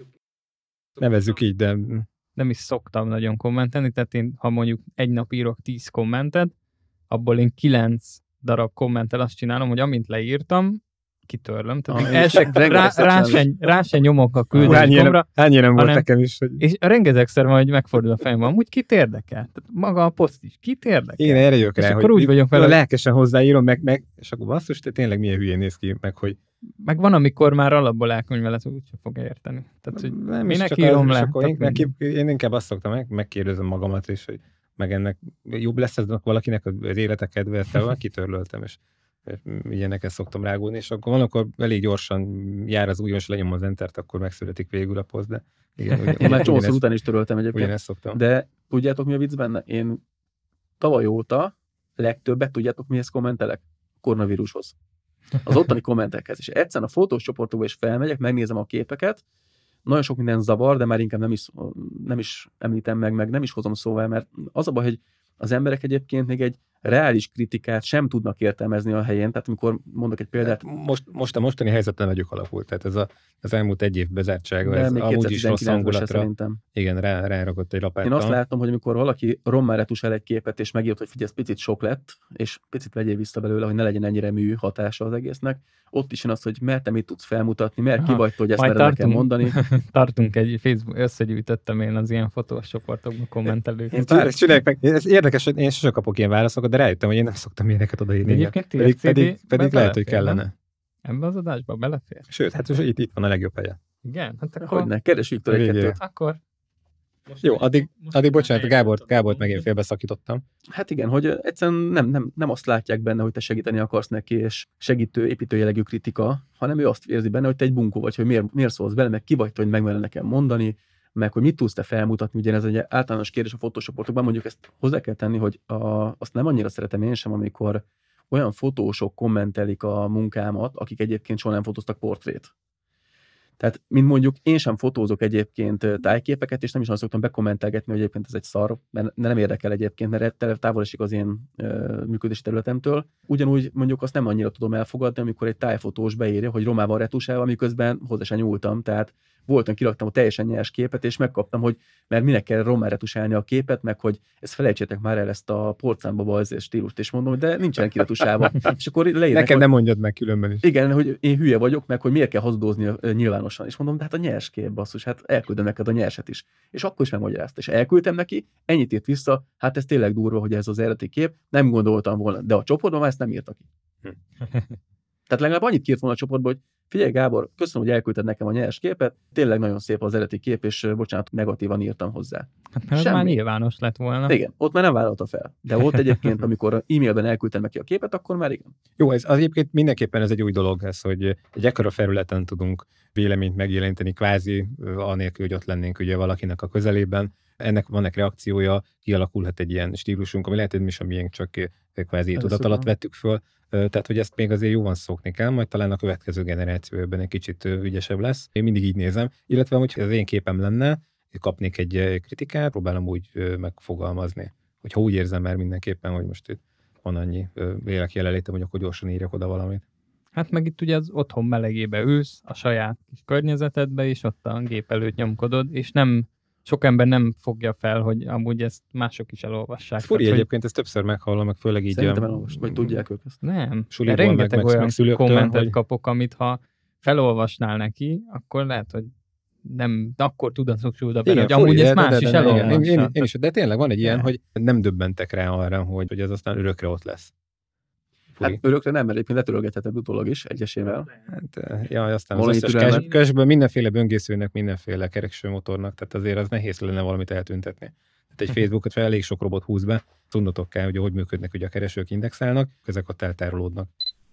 nevezzük így, de... Nem is szoktam nagyon kommentelni, tehát én, ha mondjuk egy nap írok tíz kommentet, abból én kilenc darab kommentel azt csinálom, hogy amint leírtam, kitörlöm. Tehát ah, se, rá, rá, se, rá se nyomok a küldőikomra. Hány nem volt nekem is. Hogy... És rengetegszer van, hogy megfordul a fejemben. Amúgy kit érdekel? Tehát maga a poszt is. Kit érdekel? Én erre jövök rá, akkor úgy vagyok vele, lelkesen hozzáírom, meg, meg, és akkor basszus, te tényleg milyen hülyén néz ki, meg hogy... Meg van, amikor már alapból elkönyveled, hogy úgyse fog érteni. Tehát, hogy nem minek írom le? Én, neki, én inkább azt szoktam, meg, megkérdezem magamat is, hogy meg ennek jobb lesz ez valakinek az élete kedvével, kitörlöltem, és ilyeneket szoktam rágódni, és akkor van, akkor elég gyorsan jár az újon, és lenyom az entert, akkor megszületik végül a poszt, de igen. Ugyan, én már csomószor után is töröltem egyébként. Ugyanezt szoktam. De tudjátok, mi a vicc benne? Én tavaly óta legtöbbet, tudjátok, mihez kommentelek? Koronavírushoz. Az ottani kommentekhez. És egyszerűen a fotós csoportokba is felmegyek, megnézem a képeket, nagyon sok minden zavar, de már inkább nem is, nem is említem meg, meg nem is hozom szóval, mert az a baj, hogy az emberek egyébként még egy reális kritikát sem tudnak értelmezni a helyén, tehát amikor mondok egy példát... Most, most a mostani helyzetben nagyok alakult, tehát ez a, az elmúlt egy év bezártsága, ez amúgy is rossz hangulatra. Igen, rá, rárakott egy lapáttal. Én azt látom, hogy amikor valaki rommá retusál egy képet, és megírt, hogy figyelj, ez picit sok lett, és picit vegyél vissza belőle, hogy ne legyen ennyire mű hatása az egésznek, ott is jön az, hogy mert te mit tudsz felmutatni, mert ki vagy, hogy ezt mered nekem mondani. Tartunk egy Facebook, összegyűjtöttem én az ilyen fotós csoportokban kommentelőket. Én pár, csinálják meg. Ez érdekes, hogy én sosem kapok ilyen válaszokat, de rájöttem, hogy én nem szoktam ilyeneket odaírni. Egyébként pedig, pedig, pedig lehet, hogy kellene. Ebben az adásban belefér? Sőt, hát itt, itt van a legjobb helye. Igen? Hát akkor... Hogyne, kérdés Viktor egy-kettőt. Akkor... Most Jó, addig, addig bocsánat, Gábort, Gábort megint félbeszakítottam. Hát igen, hogy egyszerűen nem, nem, nem azt látják benne, hogy te segíteni akarsz neki, és segítő, építő jellegű kritika, hanem ő azt érzi benne, hogy te egy bunkó vagy, hogy miért, miért szólsz bele, meg ki vagy, hogy megmerne nekem mondani, meg hogy mit tudsz te felmutatni, ugye ez egy általános kérdés a fotócsoportokban, mondjuk ezt hozzá kell tenni, hogy a, azt nem annyira szeretem én sem, amikor olyan fotósok kommentelik a munkámat, akik egyébként soha nem fotóztak portrét. Tehát, mint mondjuk én sem fotózok egyébként tájképeket, és nem is azt szoktam bekommentelgetni, hogy egyébként ez egy szar, mert nem érdekel egyébként, mert távol esik az én uh, működési területemtől. Ugyanúgy mondjuk azt nem annyira tudom elfogadni, amikor egy tájfotós beírja, hogy romával retusálva, miközben hozzá sem nyúltam. Tehát voltam, kiraktam a teljesen nyers képet, és megkaptam, hogy mert minek kell román retusálni a képet, meg hogy ezt felejtsétek már el, ezt a porcánbaba az stílust, és mondom, de nincsen kiretusálva. És akkor leírnak, neked nem mondjad meg különben is. Igen, hogy én hülye vagyok, meg hogy miért kell hazudózni nyilvánosan. És mondom, de hát a nyers kép, basszus, hát elküldöm neked a nyerset is. És akkor is megmagyarázta. És elküldtem neki, ennyit írt vissza, hát ez tényleg durva, hogy ez az eredeti kép, nem gondoltam volna, de a csoportban már ezt nem írta ki. Hm. Tehát legalább annyit kírt volna a csoportba, hogy figyelj Gábor, köszönöm, hogy elküldted nekem a nyers képet, tényleg nagyon szép az eredeti kép, és bocsánat, negatívan írtam hozzá. Hát mert már nyilvános lett volna. Igen, ott már nem vállalta fel. De ott egyébként, amikor e-mailben elküldtem neki a képet, akkor már igen. Jó, ez az egyébként mindenképpen ez egy új dolog, ez, hogy egy ekkora felületen tudunk véleményt megjelenteni, kvázi anélkül, hogy ott lennénk ugye valakinek a közelében. Ennek vannak reakciója, kialakulhat egy ilyen stílusunk, ami lehet, hogy mi sem miénk, csak kvázi tudat alatt vettük föl. Tehát, hogy ezt még azért jó van szokni kell, majd talán a következő generáció ebben egy kicsit ügyesebb lesz. Én mindig így nézem, illetve, hogy az én képem lenne, kapnék egy kritikát, próbálom úgy megfogalmazni. Hogyha úgy érzem már mindenképpen, hogy most itt van annyi lélek jelenlétem, hogy akkor gyorsan írjak oda valamit. Hát meg itt ugye az otthon melegébe ülsz, a saját kis környezetedbe, és ott a gép előtt nyomkodod, és nem sok ember nem fogja fel, hogy amúgy ezt mások is elolvassák. Furi tehát, egyébként, hogy... ezt többször meghallom, meg főleg így... Szerintem elolvast, vagy tudják ők ezt. Nem, Suliból, rengeteg meg, meg, olyan meg kommentet hogy... kapok, amit ha felolvasnál neki, akkor lehet, hogy nem, akkor tudatosult a benne, hogy amúgy ezt más is elolvassa. Én, én, én is, de tényleg van egy ilyen, hogy nem döbbentek rá arra, hogy, hogy az aztán örökre ott lesz. Furi. Hát örökre nem, mert egyébként letörölgetheted utólag is egyesével. Hát, ja, aztán az összes közben mindenféle böngészőnek, mindenféle kereksőmotornak, tehát azért az nehéz lenne valamit eltüntetni. Tehát egy Facebookot fel elég sok robot húz be, tudnotok kell, hogy hogy működnek, ugye a keresők indexálnak, ezek ott eltárolódnak.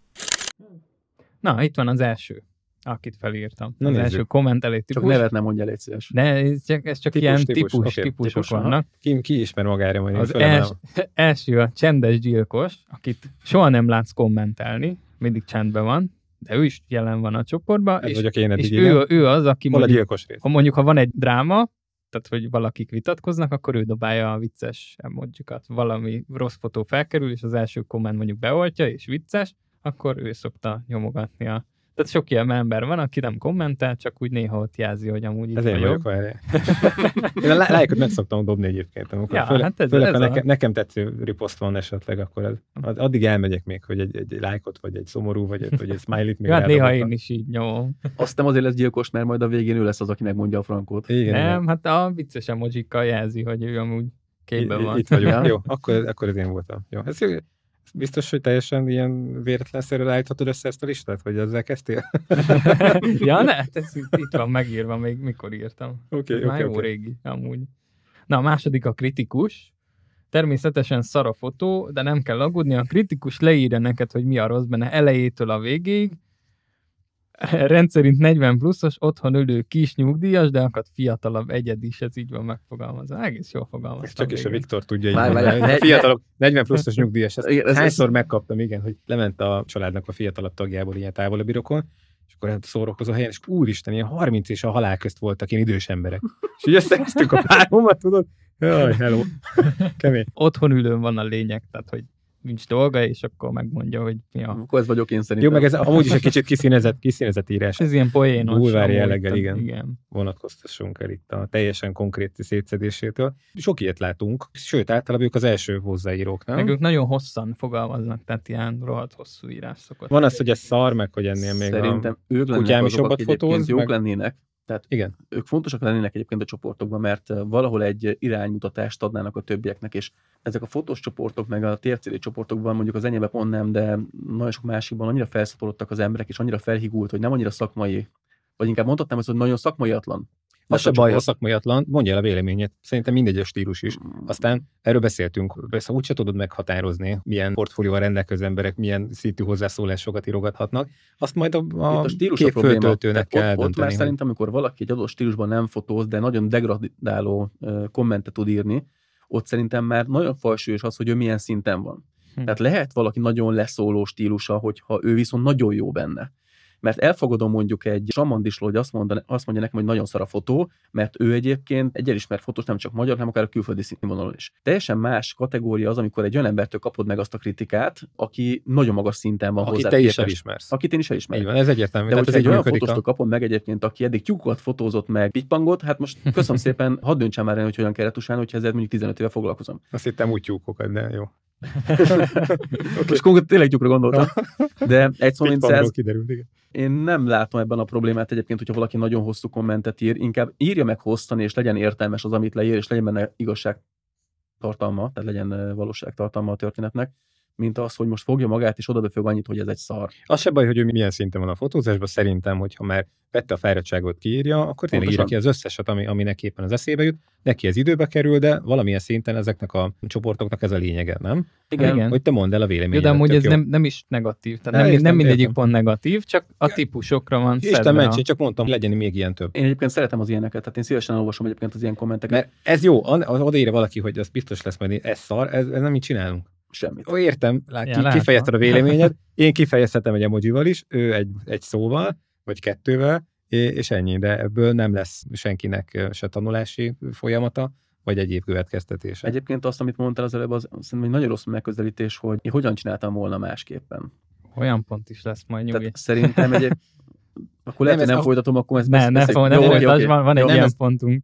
Na, itt van az első, akit felírtam. Na, az nézzük. első kommentelő típus. Csak nevet nem mondja, légy szíves. De ez csak, ez csak típus, ilyen típus, típus, okay, típusok típus, vannak. Ki, ki ismer magára majd? Az els, első a csendes gyilkos, akit soha nem látsz kommentelni, mindig csendben van, de ő is jelen van a csoportban, ez és, vagyok én eddig, és ő, ő az, aki Hol mondjuk, a gyilkos rész? ha mondjuk, ha van egy dráma, tehát hogy valakik vitatkoznak, akkor ő dobálja a vicces emojikat. Valami rossz fotó felkerül, és az első komment mondjuk beoltja, és vicces, akkor ő szokta nyomogatni a... Tehát sok ilyen ember van, aki nem kommentel, csak úgy néha ott jelzi, hogy amúgy itt ez én vagyok. Én a lájkot meg szoktam dobni egyébként. Amikor ja, főleg, hát ez, főleg, ez ha a... nekem, nekem tetsző riposzt van esetleg, akkor ez, addig elmegyek még, hogy egy, egy lájkot, vagy egy szomorú, vagy egy, vagy egy smiley-t még hát néha én is így nyomom. Azt nem azért lesz gyilkos, mert majd a végén ő lesz az, aki megmondja a frankót. Igen, nem, igen. hát a vicces emojikkal jelzi, hogy ő amúgy képben van. Itt vagyok. Jó, akkor, akkor ez én voltam. Jó, ez jó. Biztos, hogy teljesen ilyen véletlenszerűen állíthatod össze ezt a listát, hogy ezzel kezdtél? Ja, ne, ez itt, itt van megírva, még mikor írtam. Oké, okay, Már oké, jó oké. régi, amúgy. Na, a második a kritikus. Természetesen szar a fotó, de nem kell aggódni. A kritikus leírja neked, hogy mi a rossz benne elejétől a végéig. Rendszerint negyven pluszos, otthon ülő kis nyugdíjas, de akad fiatalabb egyedi is, ez így van megfogalmazva. Egész jól fogalmaztam. Csak is a Viktor tudja. Várj, így várj, mondani. ne- A fiatalok, negyven pluszos nyugdíjas. Ezt Igen, ez- hányszor ez- megkaptam, igen, hogy lement a családnak a fiatalabb tagjából ilyen távolabbi rokon, és akkor hát szórakozó helyen, és úristen, ilyen harminc és a halál közt voltak ilyen idős emberek. És így összeheztük a páromat, tudod? Jaj, hello. Kemény. Otthon ülőn van a lényeg, tehát hogy nincs dolga, és akkor megmondja, hogy mi a... Akkor ez vagyok én szerintem. Jó, meg ez amúgy is egy kicsit kiszínezett, kiszínezett írás. Ez ilyen poénos. Bulvár amúgy, jelleggel, tehát igen. igen. Vonatkoztassunk el itt a teljesen konkrét szétszedésétől. Sok ilyet látunk, sőt, általában ők az első hozzáírók, nem? Meg ők nagyon hosszan fogalmaznak, tehát ilyen rohadt hosszú írás szokott. Van az, hogy ez szar, meg hogy ennél még Szerintem a ők lennének kutyám is azok, jobbat akik egyébként fotóz, jók meg... lennének. Tehát Igen. ők fontosak lennének egyébként a csoportokban, mert valahol egy iránymutatást adnának a többieknek, és ezek a fotós csoportok, meg a té ef cé dé csoportokban, mondjuk az enyémben pont nem, de nagyon sok másikban annyira felszaporodtak az emberek, és annyira felhigult, hogy nem annyira szakmai, vagy inkább mondhatnám azt, hogy nagyon szakmaiatlan. Az a baj, a szakmaiatlan, mondja el a véleményet. Szerintem mindegy a stílus is. Aztán erről beszéltünk, persze úgyse tudod meghatározni, milyen portfólióval rendelkező emberek, milyen szintű hozzászólásokat írogathatnak. Azt majd a, a, a stílus kép a probléma. föltöltőnek kell ott, ott eldönteni. már hogy... szerintem, amikor valaki egy adott stílusban nem fotóz, de nagyon degradáló uh, kommentet tud írni, ott szerintem már nagyon fajsúlyos az, hogy ő milyen szinten van. Hm. Tehát lehet valaki nagyon leszóló stílusa, hogyha ő viszont nagyon jó benne. Mert elfogadom mondjuk egy zsamandisló, hogy azt, mondan, azt mondja nekem, hogy nagyon szar a fotó, mert ő egyébként egy elismert fotós, nem csak magyar, hanem akár a külföldi színvonalon is. Teljesen más kategória az, amikor egy olyan embertől kapod meg azt a kritikát, aki nagyon magas szinten van hozzá. Akit te is elismersz. Akit én is elismerek. Így van, ez egyértelmű. De hogyha ez egy olyan működik fotóstól kapom meg egyébként, aki eddig tyúkokat fotózott meg pitypangot, hát most köszönöm szépen, hadd döntsem már el, hogy hogyan kell retusálni, hogyha ezzel mondjuk tizenöt éve foglalkozom. Azt hittem úgy tyúkokat, de jó. Most konkrétan tényleg tyúkra gondoltam. De egy szó mint száz, kiderült, igen. én nem látom ebben a problémát egyébként, hogyha valaki nagyon hosszú kommentet ír, inkább írja meg hosszan, és legyen értelmes az, amit leír, és legyen benne igazság tartalma, tehát legyen valóságtartalma a történetnek, mint az, hogy most fogja magát, és oda befog annyit, hogy ez egy szar. Az se baj, hogy ő milyen szinten van a fotózásban, szerintem, hogyha már vette a fáradtságot, kiírja, akkor tényleg írja ki az összeset, ami, aminek éppen az eszébe jut, neki ez időbe kerül, de valamilyen szinten ezeknek a csoportoknak ez a lényege, nem? Igen. Igen. Hogy te mondd el a véleményedet. De amúgy ez jó. nem, nem is negatív, tehát Ne, nem, értem, nem mindegyik értem. pont negatív, csak a típusokra van Isten szedve. ments, a- én csak mondtam, legyen még ilyen több. Én egyébként szeretem az ilyeneket, tehát én szívesen olvasom egyébként az ilyen kommenteket. Mert ez jó, an- odaírja valaki, hogy az biztos lesz majd, ez szar, ez, ez nem így csinálunk. Semmit. Ó, értem, lá, Ja, ki, látom. kifejezted a véleményed, én kifejezhetem egy emojival is, ő egy, egy szóval, vagy kettővel, é- és ennyi, de ebből nem lesz senkinek se tanulási folyamata, vagy egyéb következtetése. Egyébként azt, amit mondtál az előbb, az szerintem egy nagyon rossz megközelítés, hogy én hogyan csináltam volna másképpen. Olyan pont is lesz majd, nyugi. Tehát szerintem egy akkor lehet, Nem, hogy nem ez a- folytatom, akkor ezt Ne, besz- ne, beszéljük. fog, ne Jó, oké, folytasd, oké. van, van egy Jó, nem, ilyen ez- pontunk.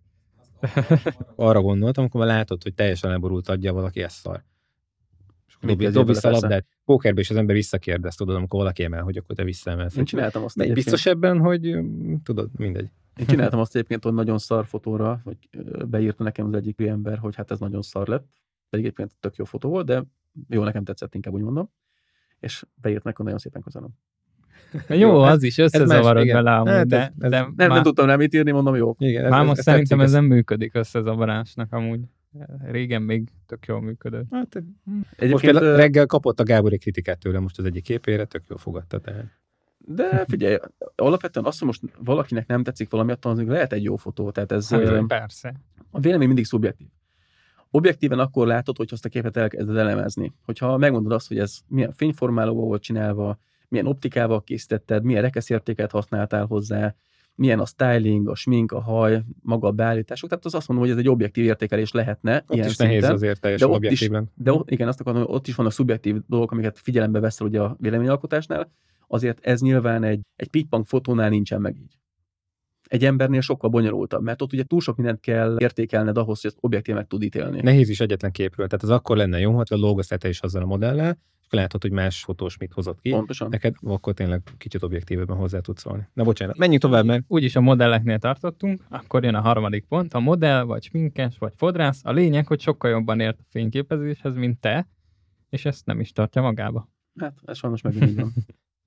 Arra gondoltam, amikor már látod, hogy teljesen leborult adja valaki, ez szar. És akkor Mit dob, kezdjél dob vissza a vele, persze. labdát. Pókerben is az ember visszakérdez, tudod, amikor valaki emel, hogy akkor te visszaemelsz. Én csináltam azt De egyébként. biztos ebben, hogy mm, tudod, mindegy. Én csináltam azt egyébként, hogy nagyon szar fotóra, hogy ö, beírta nekem az egyik ember, hogy hát ez nagyon szar lett. Pedig egyébként tök jó fotó volt, de jó, nekem tetszett, inkább úgy mondom. És beírt nekem, nagyon szépen köszönöm. Jó, Jó, az ez- is más, összezavarod igen. vele amúgy, Hát de, ez- ez- de Nem, nem már, tudtam rá mit írni, mondom, jó. Igen, már most szerintem ez tetszik, nem működik összezavarásnak amúgy. Régen még tök jól működött. Hát, most Egyébként, például ö, reggel kapott a Gábor egy kritikát tőle most az egyik képére, tök jól fogadta. Tehát. de figyelj, alapvetően azt, hogy most valakinek nem tetszik valami, attól az még lehet egy jó fotó. Tehát ez Hogy, ö, persze. a vélemény mindig szubjektív. Objektíven akkor látod, hogy azt a képet elkezded elemezni. Hogyha megmondod azt, hogy ez milyen fényformálóval volt csinálva, milyen optikával készítetted, milyen rekeszértéket használtál hozzá, milyen a styling, a smink, a haj, maga a beállítások. Tehát az azt mondom, hogy ez egy objektív értékelés lehetne. Ott ilyen is nehéz szinten. azért teljesen De ott is- objektíven. De ott, igen, azt akarom, hogy ott is vannak szubjektív dolgok, amiket figyelembe veszel ugye a véleményalkotásnál, azért ez nyilván egy, egy pitpang fotónál nincsen meg így. Egy embernél sokkal bonyolultabb, mert ott ugye túl sok mindent kell értékelned ahhoz, hogy ezt objektíven meg tud ítélni. Nehéz is egyetlen képről. Tehát az akkor lenne jó, hogyha dolgoztál te is azzal a modellel, és akkor látod, hogy más fotós mit hozott ki. Pontosan. Neked akkor tényleg kicsit objektívebben hozzá tudsz szólni. Na bocsánat, menjünk tovább, mert Úgyis a modelleknél tartottunk, akkor jön a harmadik pont, a modell, vagy sminkes, vagy fodrász. A lényeg, hogy sokkal jobban ért a fényképezéshez, mint te, és ezt nem is tartja magába. Hát, ez sajnos megint így van.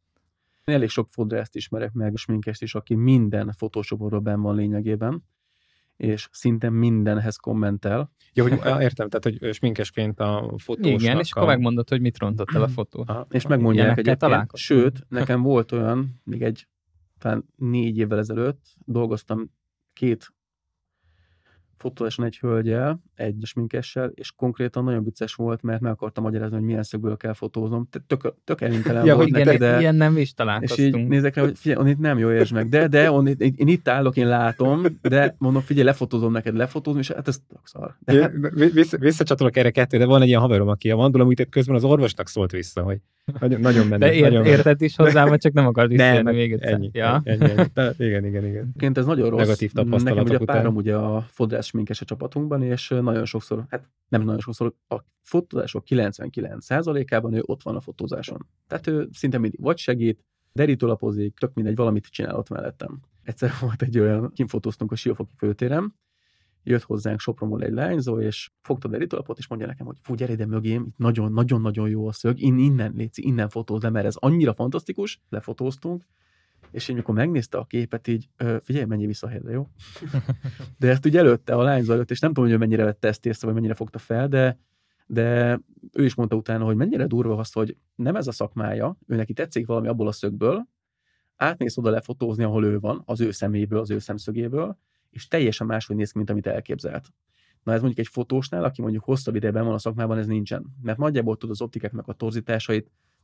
Én elég sok fodrászt ismerek meg, sminkest is, aki minden fotócsoportban benn van lényegében, és szinte mindenhez kommentel. jó, hogy á, értem, tehát, hogy sminkesként a fotósnak Igen, és a... akkor megmondod, hogy mit rontott el a fotó. Aha, és megmondják Ilyenekkel egyébként. találkoztunk. Sőt, nekem volt olyan, még egy talán négy évvel ezelőtt dolgoztam két fotózáson egy hölgyel, egy sminkessel, és konkrétan nagyon vicces volt, mert meg akartam magyarázni, hogy milyen szögből kell fotóznom. Te- Tök, tök elintelen Ja, volt hogy Igen, neked, de... de... ilyen nem is És így találkoztunk. nézek rá, hogy figyelj, on itt nem jó, értsd meg. De, de, on itt, én itt állok, én látom, de mondom, figyelj, lefotózom neked, lefotózom, és hát ez tök szar. De hát, Vissz- Vissza, visszacsatolok erre kettő, de van egy ilyen haverom, aki a mandulom, úgy közben az orvosnak szólt vissza, hogy nagyon, nagyon menő. De ért, nagyon menő. érted is hozzá, vagy csak nem akarod visszajönni Nem, még egyszer. ennyi, Ja. ennyi, ennyi. De, igen, igen, igen. egyébként ez nagyon rossz. Negatív tapasztalatok Nekem ugye a után. párom ugye a fodrász sminkes a csapatunkban, és nagyon sokszor, hát nem nagyon sokszor, a fotózások kilencvenkilenc százalékában ő ott van a fotózáson. Tehát ő szinte mindig vagy segít, derítőlapozik, tök mindegy, valamit csinál ott mellettem. Egyszer volt egy olyan, kinfotóztunk a Siófoki főtéren, jött hozzánk Sopronból egy lányzó, és fogta a derítőlapot, és mondja nekem, hogy fú, gyere ide mögém, itt nagyon-nagyon-nagyon jó a szög, In, innen, léci, innen fotóz le, mert ez annyira fantasztikus, lefotóztunk, és én amikor megnézte a képet, így ö, figyelj, menjél vissza a helyre, jó? De ezt ugye előtte, a lányzó előtt, és nem tudom, hogy ő mennyire vette ezt észre, vagy mennyire fogta fel, de, de ő is mondta utána, hogy mennyire durva az, hogy nem ez a szakmája, ő neki tetszik valami abból a szögből, átmész oda lefotózni, ahol ő van, az ő szeméből, az ő szemszögéből, és teljesen máshogy néz ki, mint amit elképzelt. Na ez mondjuk egy fotósnál, aki mondjuk hosszabb idejében van a szakmában, ez nincsen. Mert nagyjából tud az optikáknak a torzításait,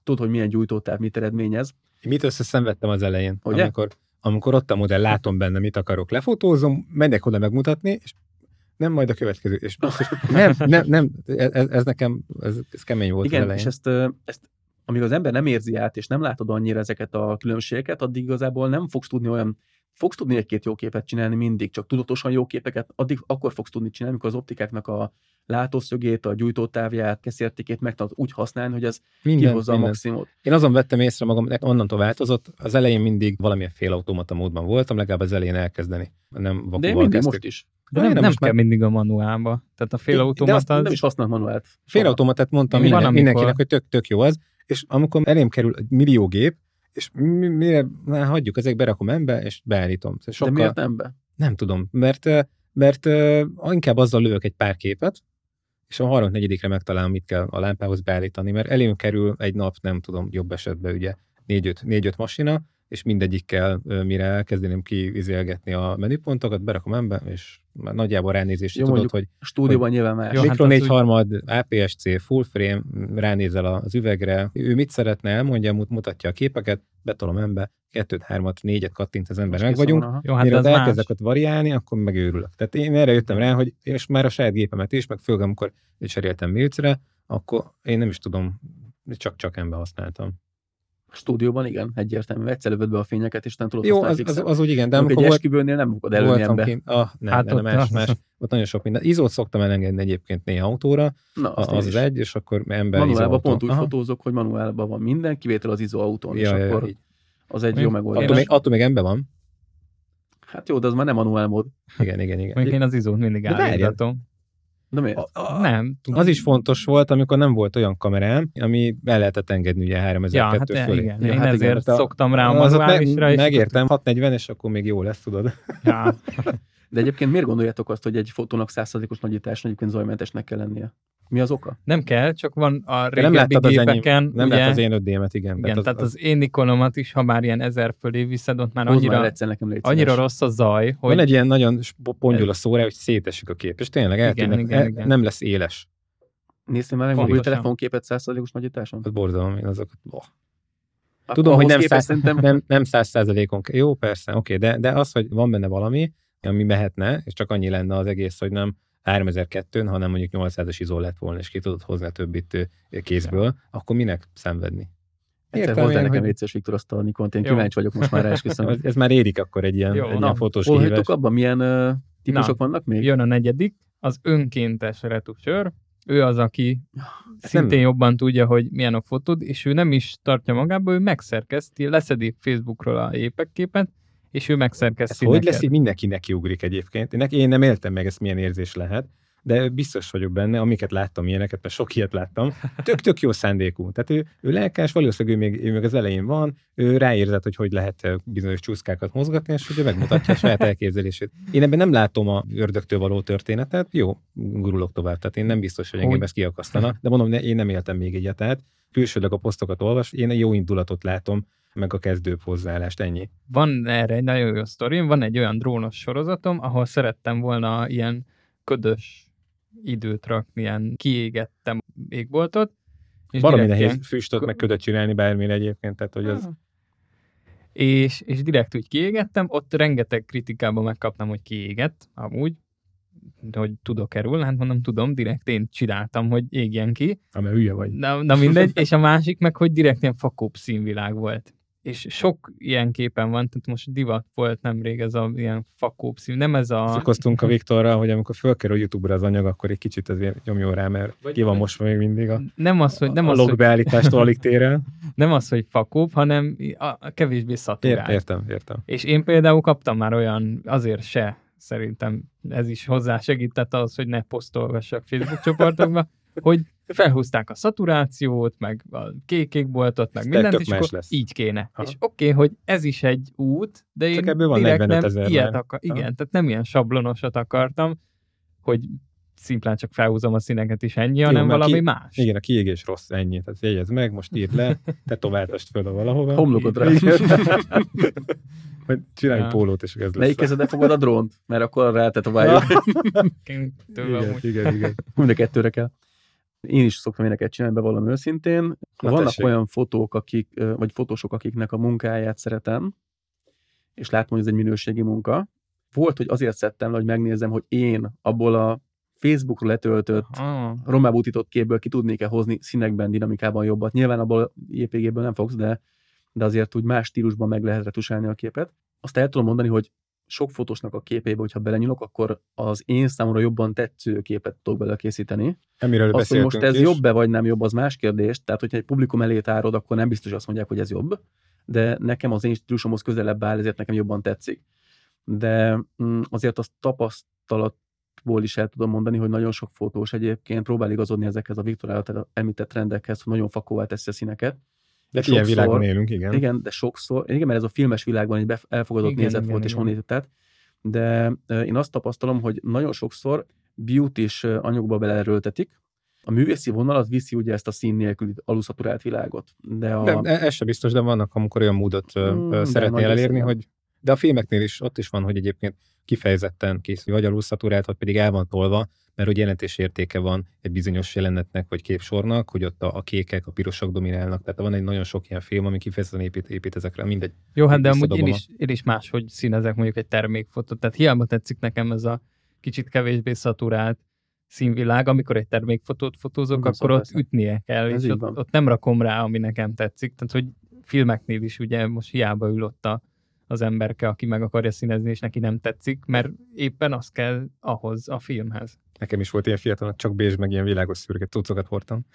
tudod, hogy milyen gyújtótáv mit eredményez. Mit összeszenvedtem az elején, Ugye? amikor, amikor ott a modell, látom benne, mit akarok, lefotózom, mennek oda megmutatni, és nem majd a következő. És nem, nem, nem, ez, ez nekem, ez, ez kemény volt. Igen, és ezt, ezt amíg az ember nem érzi át, és nem látod annyira ezeket a különbségeket, addig igazából nem fogsz tudni olyan, fogsz tudni egy-két jó képet csinálni mindig, csak tudatosan jó képeket, addig akkor fogsz tudni csinálni, amikor az optikáknak a látószögét, a gyújtótávját, keszértékét meg tudod úgy használni, hogy az minden, kihozza minden. a maximumot. Én azon vettem észre magam, onnantól változott, az elején mindig valamilyen félautomata módban voltam, legalább az elején elkezdeni. Nem vakuval De én mindig kezdtük. most is. De Nem, nem, nem, nem most kell már- mindig a manuálba. Tehát a félautomat Nem az... is használok manuált. Félautomatát mondtam Van, minden, amikor- mindenkinek, hogy tök, tök jó az, és amikor elém kerül egy millió gép, és mi- mire, na, hagyjuk, ezek berakom ember, és beállítom. Sokkal, De miért nem be? Nem tudom, mert, eh, mert eh, inkább azzal lövök egy pár képet, és a harmadnegyedikre megtalálom, mit kell a lámpához beállítani, mert elém kerül egy nap, nem tudom, jobb esetben ugye négy-öt, négy-öt masina, és mindegyikkel, eh, mire elkezdeném kiizélgetni a menüpontokat, berakom ember, és már nagyjából ránézésre Jó, tudod, mondjuk hogy A stúdióban nyilván más. Jó, hát mikro az négy úgy- harmad, á pé es cé, full frame, ránézel az üvegre, ő mit szeretne, elmondja, mut- mutatja a képeket, betolom ember, kettőt, hármat, négyet kattint az ember, Most meg kész vagyunk. van, aha. Jó, hát Mire ez ott más. elkezdek ott variálni, akkor megőrülök. Tehát én erre jöttem rá, hogy és már a saját gépemet is, meg főleg amikor cseréltem Milcre, akkor én nem is tudom, csak-csak ember használtam. A stúdióban igen, egyértelmű. Egyszer lövöd be a fényeket, és utána tudod Jó, használni az, az, fixen. az úgy igen, de Amikor amikor egy volt, esküvőnél nem fogod előni voltam ember. kint, ah, nem, Hát nem, ott más, az- más, ott nagyon sok minden. Izót szoktam elengedni egyébként néha autóra, Na, azt az én az is. egy, és akkor ember izó Manuálban autó. pont úgy Aha. fotózok, hogy manuálban van minden, kivétel az izó autón, és Ja, ja, ja, akkor így. az egy Én- jó megoldás. Attól még, attól még ember van. Hát jó, de az már nem manuál mód. Igen, igen, igen. Mondjuk én az izót mindig De várjál. állítatom. De miért? A- a- Nem. Az is fontos volt, amikor nem volt olyan kamerám, ami el lehetett engedni ugye Ja, hát háromezer-kettő fölé. igen. Ja, Én hát igen, ezért hát a- szoktam rá a Az ott manuálisra. me- és- megértem, hatszáznegyven, és akkor még jó lesz, tudod. Ja. De egyébként miért gondoljátok azt, hogy egy fotónak száz százalékos nagyítás egyébként zajmentesnek kell lennie? Mi az oka? Nem kell, csak van a De nem régebbi láttad az enyém, gépeken, nem ugye, lát az én öt dé-met, igen. igen, tehát az, az én Nikonomat is, ha már ilyen ezer fölé viszed, ott már Hozd már annyira, egyszer nekem légy szíves. annyira rossz a zaj, Van hogy egy ilyen nagyon pongyul a szóra, hogy szétesik a kép, és tényleg eltűnnek, igen, el, igen. nem lesz éles. Néztél már meg Pontosan. mobiltelefonképet száz százalékos nagyításon? Az borzalom, én azokat... Oh. Akkor Tudom, hogy ahhoz nem képest száz, szerintem nem, nem száz százalékon. Jó, persze, oké, de, de az, hogy van benne valami, ami mehetne, és csak annyi lenne az egész, hogy nem háromezer-kettőn, hanem mondjuk nyolcszázas izó lett volna, és ki tudod hozni a többit ö, kézből, akkor minek szenvedni? egyszer Értem hozzá én, nekem hogy- légy szíves, Viktor, azt a Nikont, én Jó. kíváncsi vagyok most már rá, esküszöm. Ez, ez már érik akkor egy ilyen, Jó, egy na, ilyen fotós Hol kihívás. hagytuk abban? Milyen uh, típusok Na, vannak még? jön a negyedik, az önkéntes retusőr. Ő az, aki Ez szintén nem- jobban tudja, hogy milyen a fotód, és ő nem is tartja magába, ő megszerkeszti, leszedi Facebookról a épekképet, és ő Ez megszerkeszti hogy neked. lesz, így mindenki nekiugrik egyébként. Én, én nem éltem meg, ezt milyen érzés lehet, de biztos vagyok benne, amiket láttam ilyeneket, mert sok ilyet láttam, tök-tök jó szándékú. Tehát ő, ő lelkes, valószínűleg ő még, ő még az elején van, ő ráérzett, hogy hogy lehet bizonyos csúszkákat mozgatni, és hogy ő megmutatja a saját elképzelését. Én ebben nem látom a ördögtől való történetet, jó, gurulok tovább, tehát én nem biztos, hogy engem Hogy? ezt kiakasztana, de mondom, ne, én nem éltem még egyet, tehát külsőleg a posztokat olvas, én a jó indulatot látom, meg a kezdőbb hozzáállást, ennyi. Van erre egy nagyon jó sztorim, van egy olyan drónos sorozatom, ahol szerettem volna ilyen ködös időt rakni, ilyen kiégettem égboltot. És Valami direkt nehéz ilyen- füstöt meg ködöt csinálni bármire egyébként, tehát hogy az... És, és direkt úgy kiégettem, ott rengeteg kritikában megkaptam, hogy kiégett, amúgy, hogy tudok-e róla, hát mondom, tudom, direkt én csináltam, hogy égjen ki, Amely hülye vagy. na, na mindegy, és a másik meg, hogy direkt ilyen fakóbb színvilág volt. És sok ilyen képen van, tehát most divat volt nemrég ez a ilyen fakóbb szín, nem ez a... Szokoztunk a Viktorral, hogy amikor fölkerül YouTube-ra az anyag, akkor egy kicsit azért nyomjon rá, mert Vagy- ki van most még mindig a, Nem az, hogy, nem a az, hogy, logbeállítástól alig tér el. nem az, hogy fakóbb, hanem a, a kevésbé Ér, szaturált. értem, értem. És én például kaptam már olyan, azért se, szerintem ez is hozzá segített az, hogy ne posztolgassak Facebook csoportokba, hogy felhúzták a szaturációt, meg a kék-kékboltot, meg Ez mindent, tök és más akkor lesz. így kéne. Aha. És oké, okay, hogy ez is egy út, de Csak én ebből van direkt negyvenöt nem ezer ilyet már. akar, Aha. igen, tehát nem ilyen sablonosat akartam, hogy szimplán csak felhúzom a színeket is ennyi, Jó, hanem mert valami ki- más. Igen, a kiégés rossz, ennyi. Tehát jegyezd meg, most írd le, tetováltasd föl a valahova. Homlokodra. Igen. Vagy csinálj Ja. pólót, és ez lesz. Melyik kezedbe fogod a drónt? Mert akkor rá tetováljuk. Tőle Igen, amúgy. igen, igen. Mind a kettőre kell. Én is szoktam éneket csinálni, bevallom őszintén. Na, vannak tessék. olyan fotók, akik, vagy fotósok, akiknek a munkáját szeretem, és látom, hogy ez egy minőségi munka. Volt, hogy azért szedtem le, hogy megnézzem, hogy én abból a Facebookról letöltött, Ah. romába utított képből ki tudnék-e hozni színekben, dinamikában jobbat. Nyilván abból a jé pé gé-ből nem fogsz, de, de azért úgy más stílusban meg lehet retusálni a képet. Azt el tudom mondani, hogy sok fotósnak a képébe, hogyha belenyúlok, akkor az én számomra jobban tetsző képet tudok bele készíteni. Amiről Azt, hogy beszéltünk most ez is. jobb-e vagy nem jobb, az más kérdés. Tehát, hogyha egy publikum elé tárod, akkor nem biztos azt mondják, hogy ez jobb. De nekem az én stílusomhoz közelebb áll, ezért nekem jobban tetszik. De mm, azért azt tapasztalatból is el tudom mondani, hogy nagyon sok fotós egyébként próbál igazodni ezekhez a Viktor által említett trendekhez, hogy nagyon fakóvá teszi a színeket. De ilyen világban élünk, igen. Igen, de sokszor, igen, mert ez a filmes világban egy bef- elfogadott Igen, nézet igen, volt, és igen. honnan tehát. De uh, én azt tapasztalom, hogy nagyon sokszor beauty-s uh, anyagba belerőltetik. A művészi vonal az viszi ugye ezt a szín nélküli aluszaturált világot. De, a... De ez sem biztos, de vannak, amikor olyan módot Hmm, de szeretnél nagy elérni, összegen. hogy de a filmeknél is ott is van, hogy egyébként kifejezetten készül, vagy aluszaturált, vagy pedig el van tolva, mert hogy jelentés értéke van egy bizonyos jelenetnek, vagy képsornak, hogy ott a, a kékek, a pirosok dominálnak. Tehát van egy nagyon sok ilyen film, ami kifejezetten épít, épít ezekre, mindegy. Jó, hát de amúgy én Visszadobom a- is, én is máshogy színezek mondjuk egy termékfotót. Tehát hiába tetszik nekem ez a kicsit kevésbé szaturált színvilág, amikor egy termékfotót fotózok, Igen, akkor szóval ott ütnie kell, Ez és így ott, van. ott nem rakom rá, ami nekem tetszik. Tehát, hogy filmeknél is ugye most hiába ül ott a, az emberke, aki meg akarja színezni, és neki nem tetszik, mert éppen az kell ahhoz, a filmhez. Nekem is volt ilyen fiatal, csak bézs, meg ilyen világos szürke cuccokat hordtam.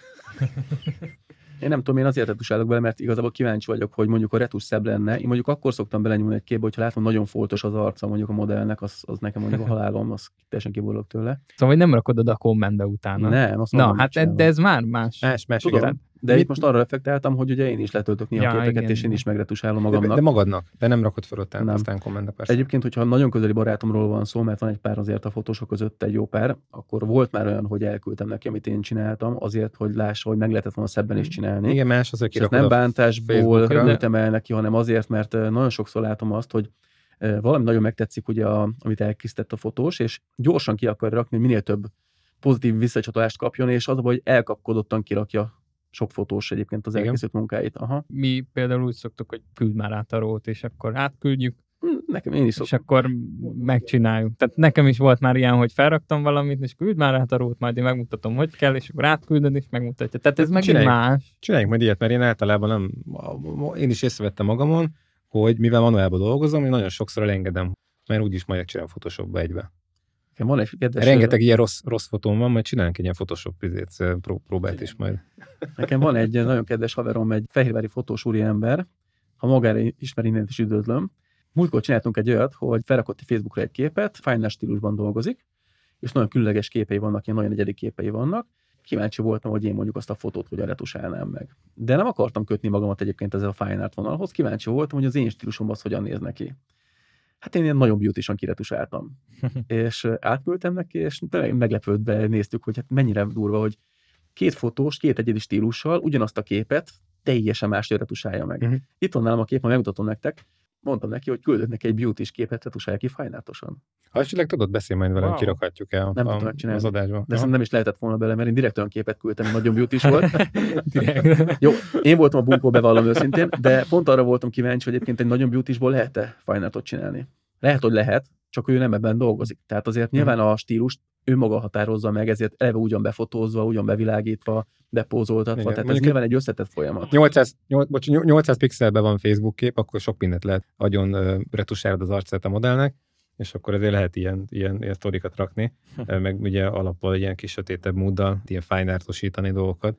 Én nem tudom, én azért retusálok bele, mert igazából kíváncsi vagyok, hogy mondjuk a retus szebb lenne. Én mondjuk akkor szoktam belenyúlni egy képbe, hogyha látom, nagyon foltos az arca mondjuk a modellnek, az, az nekem mondjuk a halálom, az teljesen kiboldog tőle. Szóval, hogy nem rakod oda a kommentbe utána. Nem, azt Na, mondom, hát mit de ez már más. Más, más, Tudom, igen. de Mit- itt most arra reflektáltam, hogy ugye én is letöltök néha Ja, képeket, igen. és én is megretusálom De, magamnak. de magadnak, de nem rakod fel ott Nem. aztán kommentbe persze. Egyébként, hogyha nagyon közeli barátomról van szó, mert van egy pár azért a fotósok között egy jó pár, akkor volt már olyan, hogy elküldtem neki, amit én csináltam, azért, hogy lássa, hogy meg lehetett volna szebben is csinálni. Igen, más az, hogy És ezt kirakod nem a bántásból Facebookra. küldtem el neki, hanem azért, mert eh, nagyon sokszor látom azt, hogy eh, valami nagyon megtetszik, ugye, a, amit elkészített a fotós, és gyorsan ki akar rakni, hogy minél több pozitív visszacsatolást kapjon, és az a baj, hogy elkapkodottan kirakja sok fotós egyébként az Igen. elkészült munkáit. Aha. Mi például úgy szoktuk, hogy küld már át a rót, és akkor átküldjük, Hm, Nekem én is és szoktam. akkor megcsináljuk. Tehát nekem is volt már ilyen, hogy felraktam valamit, és küld már át a rót, majd én megmutatom, hogy kell, és akkor átküldöd, és megmutatja. Tehát ez megint Csináljuk. más. Csináljunk majd ilyet, mert én általában nem, én is észrevettem magamon, hogy mivel manuálban dolgozom, én nagyon sokszor elengedem, mert úgyis majd csinálom Photoshopba egybe. Nekem van egy kedves, Rengeteg ilyen rossz, rossz fotóm van, majd csinálunk egy ilyen Photoshop izét, pró- próbált is majd. nekem van egy nagyon kedves haverom, egy fehérvári fotós úriember, ha magára ismer, innen is üdvözlöm. Múltkor csináltunk egy olyat, hogy felrakott a Facebookra egy képet, fine stílusban dolgozik, és nagyon különleges képei vannak, ilyen nagyon egyedi képei vannak. Kíváncsi voltam, hogy én mondjuk azt a fotót hogyan retusálnám meg. De nem akartam kötni magamat egyébként ezzel a fine art vonalhoz, kíváncsi voltam, hogy az én stílusom az hogyan néz neki. Hát én ilyen nagyon beauty-san kiretusáltam. és ö, átküldtem neki, és tényleg meglepődve néztük, hogy hát mennyire durva, hogy két fotós, két egyedi stílussal ugyanazt a képet teljesen máshogy retusálja meg. Mhm. Itt van nálam a kép, ma megmutatom nektek. Mondtam neki, hogy küldött neki egy beauty-s képet, retusálja ki fine-artosan. Ha esetleg tudod, beszélni majd velem, Wow. kirakhatjuk el Nem a, tudom megcsinálni. az adásba. De Aha. szerintem nem is lehetett volna bele, mert én direkt olyan képet küldtem, nagyon beauty-s volt. Direkt. Jó, én voltam a bunkó, bevallom őszintén, de pont arra voltam kíváncsi, hogy egyébként egy nagyon beauty-sból lehet-e fine artot csinálni. Lehet, hogy lehet, csak ő nem ebben dolgozik. Tehát azért nyilván a stílust ő maga határozza meg, ezért eleve ugyan befotózva, ugyan bevilágítva, bepózoltatva. Igen, Tehát ez mondjuk nyilván egy összetett folyamat. nyolcszáz, nyolc, bocs, nyolcszáz pixelben van Facebook kép, akkor sok mindent lehet agyon uh, retusálod az arcát a modellnek, és akkor ezért lehet ilyen, ilyen, ilyen sztorikat rakni, Ö, meg ugye alappal ilyen kis sötétebb móddal, ilyen fine artosítani dolgokat,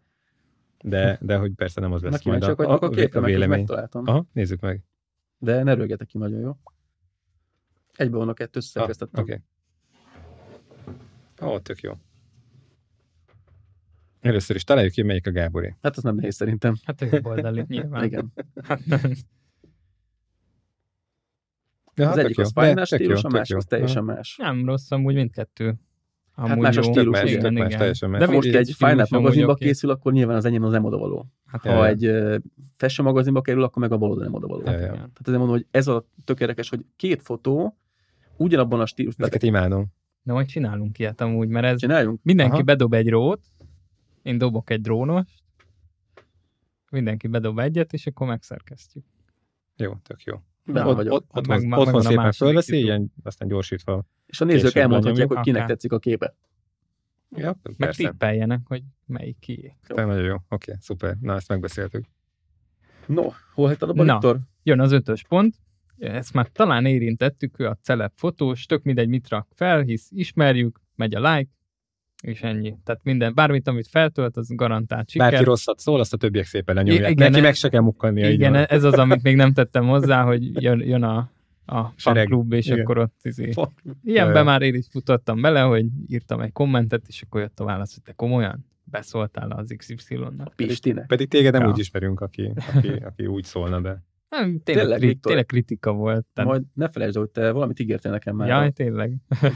de, de hogy persze nem az Na lesz majd kíváncsiak a, vagytok a, a képre, a meg hogy vélemény. megtaláltam. Aha, nézzük meg. De ne rögjetek ki, nagyon jó. Egyben van a kettő, Ah, összeszerkesztettem. Oké. Ó, tök jó. Először is találjuk ki, melyik a Gáboré. Hát az nem nehéz szerintem. Hát a jobb oldali, nyilván. Igen. Hát nem. Ja, Az tök egyik jó. az De fine tök stílus, jó, a tök másik jó. az teljesen más. Nem rossz amúgy mindkettő. Amúgy más a jó. stílus, Tök más, ugye? tök Igen, más, igen. teljesen más. De Ha most mindegy, egy stílus fine art amúgy magazinba oké. készül, akkor nyilván az enyém az nem odavaló. Hát, Ja, Ha ja. egy uh, fashion magazinba kerül, akkor meg a bal oldal nem odavaló. Ja, ja. igen. Tehát ezért mondom, hogy ez a tök érdekes, hogy két fotó ugyanabban a stílusban. Ezeket imádom. De majd csinálunk ilyet amúgy, mert ez Csináljunk? mindenki Aha. bedob egy rót, Én dobok egy drónost, mindenki bedob egyet, és akkor megszerkesztjük. Jó, tök jó. Benne Ott, vagyok. ott, otthon, Meg- meg otthon van a szépen második fölveszi, jutott. ilyen, aztán gyorsítva. És a nézők Később elmondhatják, lenyomjuk, hogy kinek akár. tetszik a képe. Ja, Meg persze. tippeljenek, hogy melyik kié. Te nagyon jó. Oké, okay, szuper. Na, ezt megbeszéltük. No, hol hagytad a Na. Viktor? Jön az ötös pont, ezt már talán érintettük, ő a celeb fotós, tök mindegy, mit rak fel, hisz ismerjük, megy a like, és ennyi. Tehát minden, bármit, amit feltölt, az garantált siker. Bárki rosszat szól, azt a többiek szépen lenyomják. Igen, Neki ez- meg se kell mukkannia. így Igen, van. ez az, amit még nem tettem hozzá, hogy jön, jön a, a Sereg. fanklub, és Igen. akkor ott izé. Fuck. Ilyenben Jaj. már én is futottam bele, hogy írtam egy kommentet, és akkor jött a válasz, hogy te komolyan beszóltál az iksz ipszilonnak. Pistinek. Pedig téged nem Ja. úgy ismerünk, aki, aki, aki úgy szólna be. Nem, tényleg, Tényleg, tényleg, Viktor? tényleg kritika volt. Tehát, Majd ne felejtsd, hogy te valamit ígértél nekem már. jaj, tényleg.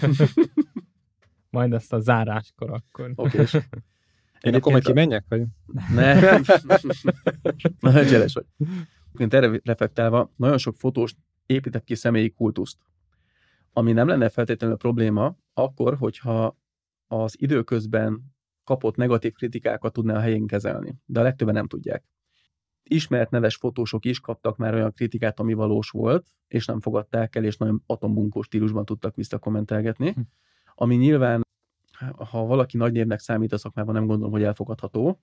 Majd ezt a záráskor akkor. Oké, és Én akkor majd a- kimenjek? Vagy? Ne. Nagyon cseles vagy. Én erre reflektálva, nagyon sok fotós épített ki személyi kultuszt, ami nem lenne feltétlenül probléma, akkor, hogyha az időközben kapott negatív kritikákat tudná a helyén kezelni. De a legtöbben nem tudják. Ismert neves fotósok is kaptak már olyan kritikát, ami valós volt, és nem fogadták el, és nagyon atombunkó stílusban tudtak visszakommentelgetni, Hm. ami nyilván, ha valaki nagy névnek számít a szakmában, nem gondolom, hogy elfogadható.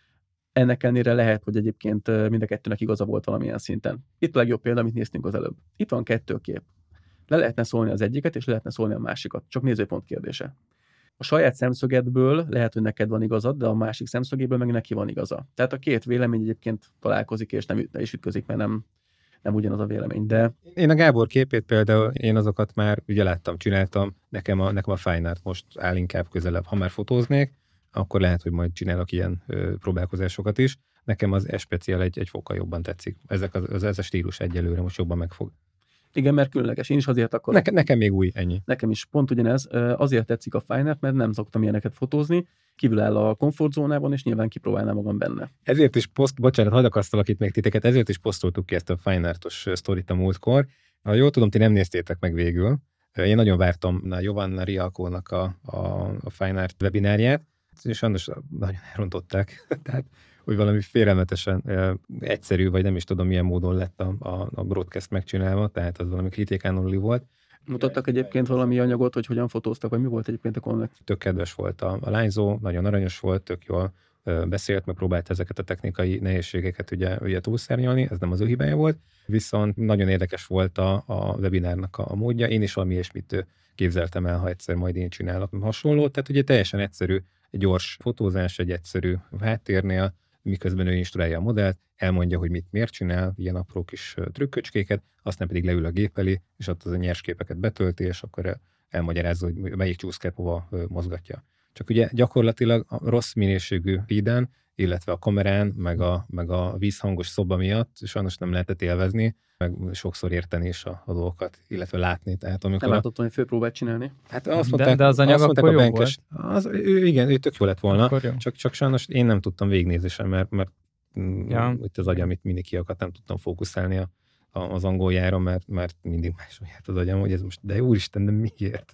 Ennek ellenére lehet, hogy egyébként mind a kettőnek igaza volt valamilyen szinten. Itt a legjobb példa, amit néztünk az előbb. Itt van kettő kép. Le lehetne szólni az egyiket, és le lehetne szólni a másikat. Csak nézőpont kérdése. A saját szemszögedből lehet, hogy neked van igazad, de a másik szemszögéből meg neki van igaza. Tehát a két vélemény egyébként találkozik, és nem üt- is ütközik, mert nem, nem ugyanaz a vélemény. De Én a Gábor képét például, én azokat már ugye láttam, csináltam, nekem a, nekem a fine art most áll inkább közelebb. Ha már fotóznék, akkor lehet, hogy majd csinálok ilyen ö, próbálkozásokat is. Nekem az e-speciál egy, egy fokkal jobban tetszik. Ezek az, az, ez a stílus egyelőre most jobban megfog. igen, mert különleges. Én is azért akkor. Neke, nekem még új, ennyi. Nekem is pont ugyanez. Ö, Azért tetszik a Fine Art, mert nem szoktam ilyeneket fotózni. Kívül áll a komfortzónában, és nyilván kipróbálnám magam benne. Ezért is poszt, bocsánat, hadd akasztalak itt még titeket, ezért is posztoltuk ki ezt a fine art-os sztorit a múltkor. Ha jól tudom, ti nem néztétek meg végül. Én nagyon vártam a Giovanna Rialcónak a, a, a Fine Art webinárját, és sajnos nagyon elrontották. Tehát, hogy valami félelmetesen uh, egyszerű, vagy nem is tudom milyen módon lett a, a, a broadcast megcsinálva, tehát az valami kritikán only volt. Mutattak egyébként valami anyagot, hogy hogyan fotóztak, vagy mi volt egyébként a konnek? Tök kedves volt a, a lányzó, nagyon aranyos volt, tök jól ö, beszélt, meg próbált ezeket a technikai nehézségeket ugye, ugye túlszárnyalni, ez nem az ő hibája volt, viszont nagyon érdekes volt a, a webinárnak a, a módja, én is valami ilyesmit ö, képzeltem el, ha egyszer majd én csinálok hasonlót, tehát ugye teljesen egyszerű, egy gyors fotózás, egy egyszerű háttérnél, miközben ő instruálja a modellt, elmondja, hogy mit miért csinál, ilyen apró kis ö, trükköcskéket, aztán pedig leül a gép elé, és ott az a nyers képeket betölti, és akkor elmagyarázza, hogy melyik csúszkát hova ö, mozgatja. Csak ugye gyakorlatilag a rossz minőségű feeden, illetve a kamerán, meg a, meg a vízhangos szoba miatt sajnos nem lehetett élvezni, meg sokszor érteni is a, a dolgokat, illetve látni. Tehát amikor Nem a, látottam, hogy főpróbát csinálni. hát azt De- mondták, de az anyag azt mondták akkor a jó benkes, az, ő, igen, ő tök jó lett volna, Akkor jó. csak, csak sajnos én nem tudtam végignézni sem, mert, mert Ja. itt az agyam, amit mindig kiakadt, nem tudtam fókuszálni a, a, az angoljára, mert, mert mindig máshol járt az agyam, hogy ez most, de úristen, de miért?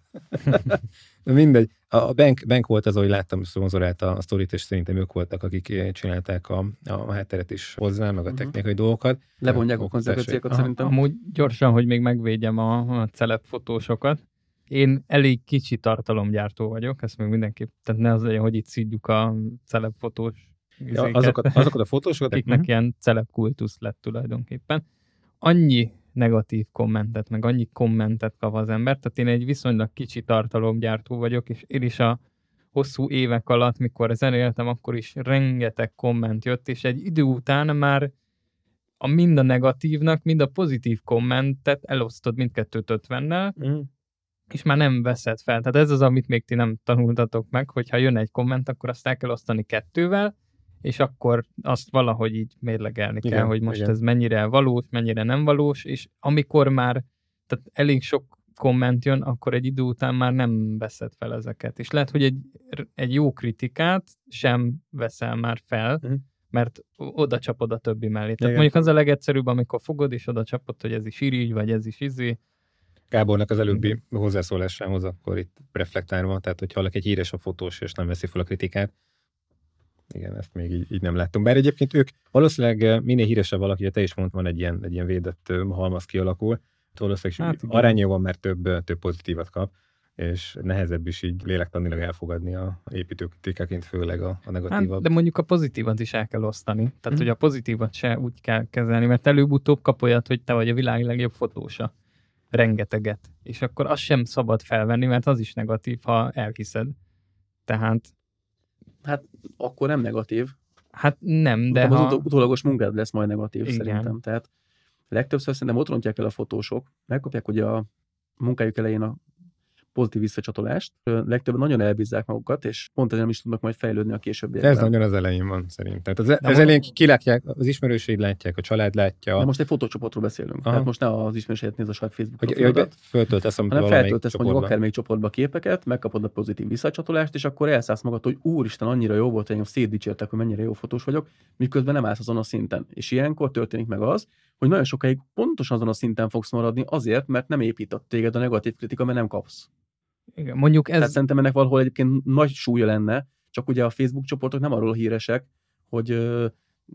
De mindegy. A, a bank, bank volt az, ahogy láttam, szponzorálta a sztorit, és szerintem ők voltak, akik csinálták a, a hátteret is hozzá, meg a technikai uh-huh. dolgokat. Levonják a Ó, konzekvenciákat A- szerintem. Amúgy gyorsan, hogy még megvédjem a, a celeb fotósokat. Én elég kicsi tartalomgyártó vagyok, ezt még mindenképp, tehát ne az legyen, hogy itt szídjuk a celeb fotós Ja, izéket, azokat, azokat a fotósokat, akiknek uh-huh. ilyen celeb kultusz lett tulajdonképpen. Annyi negatív kommentet, meg annyi kommentet kap az ember, tehát én egy viszonylag kicsi tartalomgyártó vagyok, és én is a hosszú évek alatt, mikor zenéltem, akkor is rengeteg komment jött, és egy idő után már a mind a negatívnak, mind a pozitív kommentet elosztod mindkettőt ötvennel, uh-huh. és már nem veszed fel. Tehát ez az, amit még ti nem tanultatok meg, hogyha jön egy komment, akkor azt el kell osztani kettővel, és akkor azt valahogy így mérlegelni Igen, kell, hogy most igen. ez mennyire valós, mennyire nem valós, és amikor már tehát elég sok komment jön, akkor egy idő után már nem veszed fel ezeket. És lehet, hogy egy, egy jó kritikát sem veszel már fel, Uh-huh. mert oda csapod a többi mellé. Tehát Igen. mondjuk az a legegyszerűbb, amikor fogod, és oda csapod, hogy ez is irigy, vagy ez is izé. Gábornak az előbbi hozzászólásához akkor itt reflektálva, tehát hogyha valaki egy híres a fotós, és nem veszi fel a kritikát, Igen, ezt még így, így nem láttunk. Bár egyébként ők valószínűleg minél híresebb valaki, ugye te is mondtad, van egy ilyen, egy ilyen védett halmaz kialakul, valószínűleg hát, arányja van, mert több, több pozitívat kap, és nehezebb is így lélektanilag elfogadni a építőkritikáként, főleg a, a negatívabb. Hát, de mondjuk a pozitívat is el kell osztani. Tehát, mm. hogy a pozitívat se úgy kell kezelni, mert előbb-utóbb kap olyat, hogy te vagy a világ legjobb fotósa. Rengeteget. És akkor azt sem szabad felvenni, mert az is negatív, ha elhiszed. Tehát... Hát akkor nem negatív. Hát nem, de ha... ha... Az ut- utólagos munkád lesz majd negatív, igen. Szerintem. Tehát legtöbbször szerintem ott rontják el a fotósok, megkapják ugye a munkájuk elején a pozitív visszacsatolást. Legtöbben nagyon elbízzák magukat, és pont ezzel nem is tudnak majd fejlődni a későbbiekben. Ez nagyon az elején van szerintem. Tehát az, az elején kilátják, az ismerőseid látják, a család látja. De most egy fotócsoportról beszélünk. Aha. Tehát most ne az ismerőseidet néz a saját Facebook profilodat, föltöltesz, hanem feltöltesz mondjuk akármelyik csoportba képeket, megkapod a pozitív visszacsatolást, és akkor elszállsz magad, hogy úristen, annyira jó volt, hogy engem szétdicsértek, hogy mennyire jó fotós vagyok, miközben nem állsz azon a szinten. És ilyenkor történik meg az, hogy nagyon sokáig pontosan azon a szinten fogsz maradni azért, mert nem épített téged a negatív kritika, mert nem kapsz. Igen, mondjuk ez... Tehát szerintem ennek valahol egyébként nagy súlya lenne, csak ugye a Facebook csoportok nem arról híresek, hogy ö,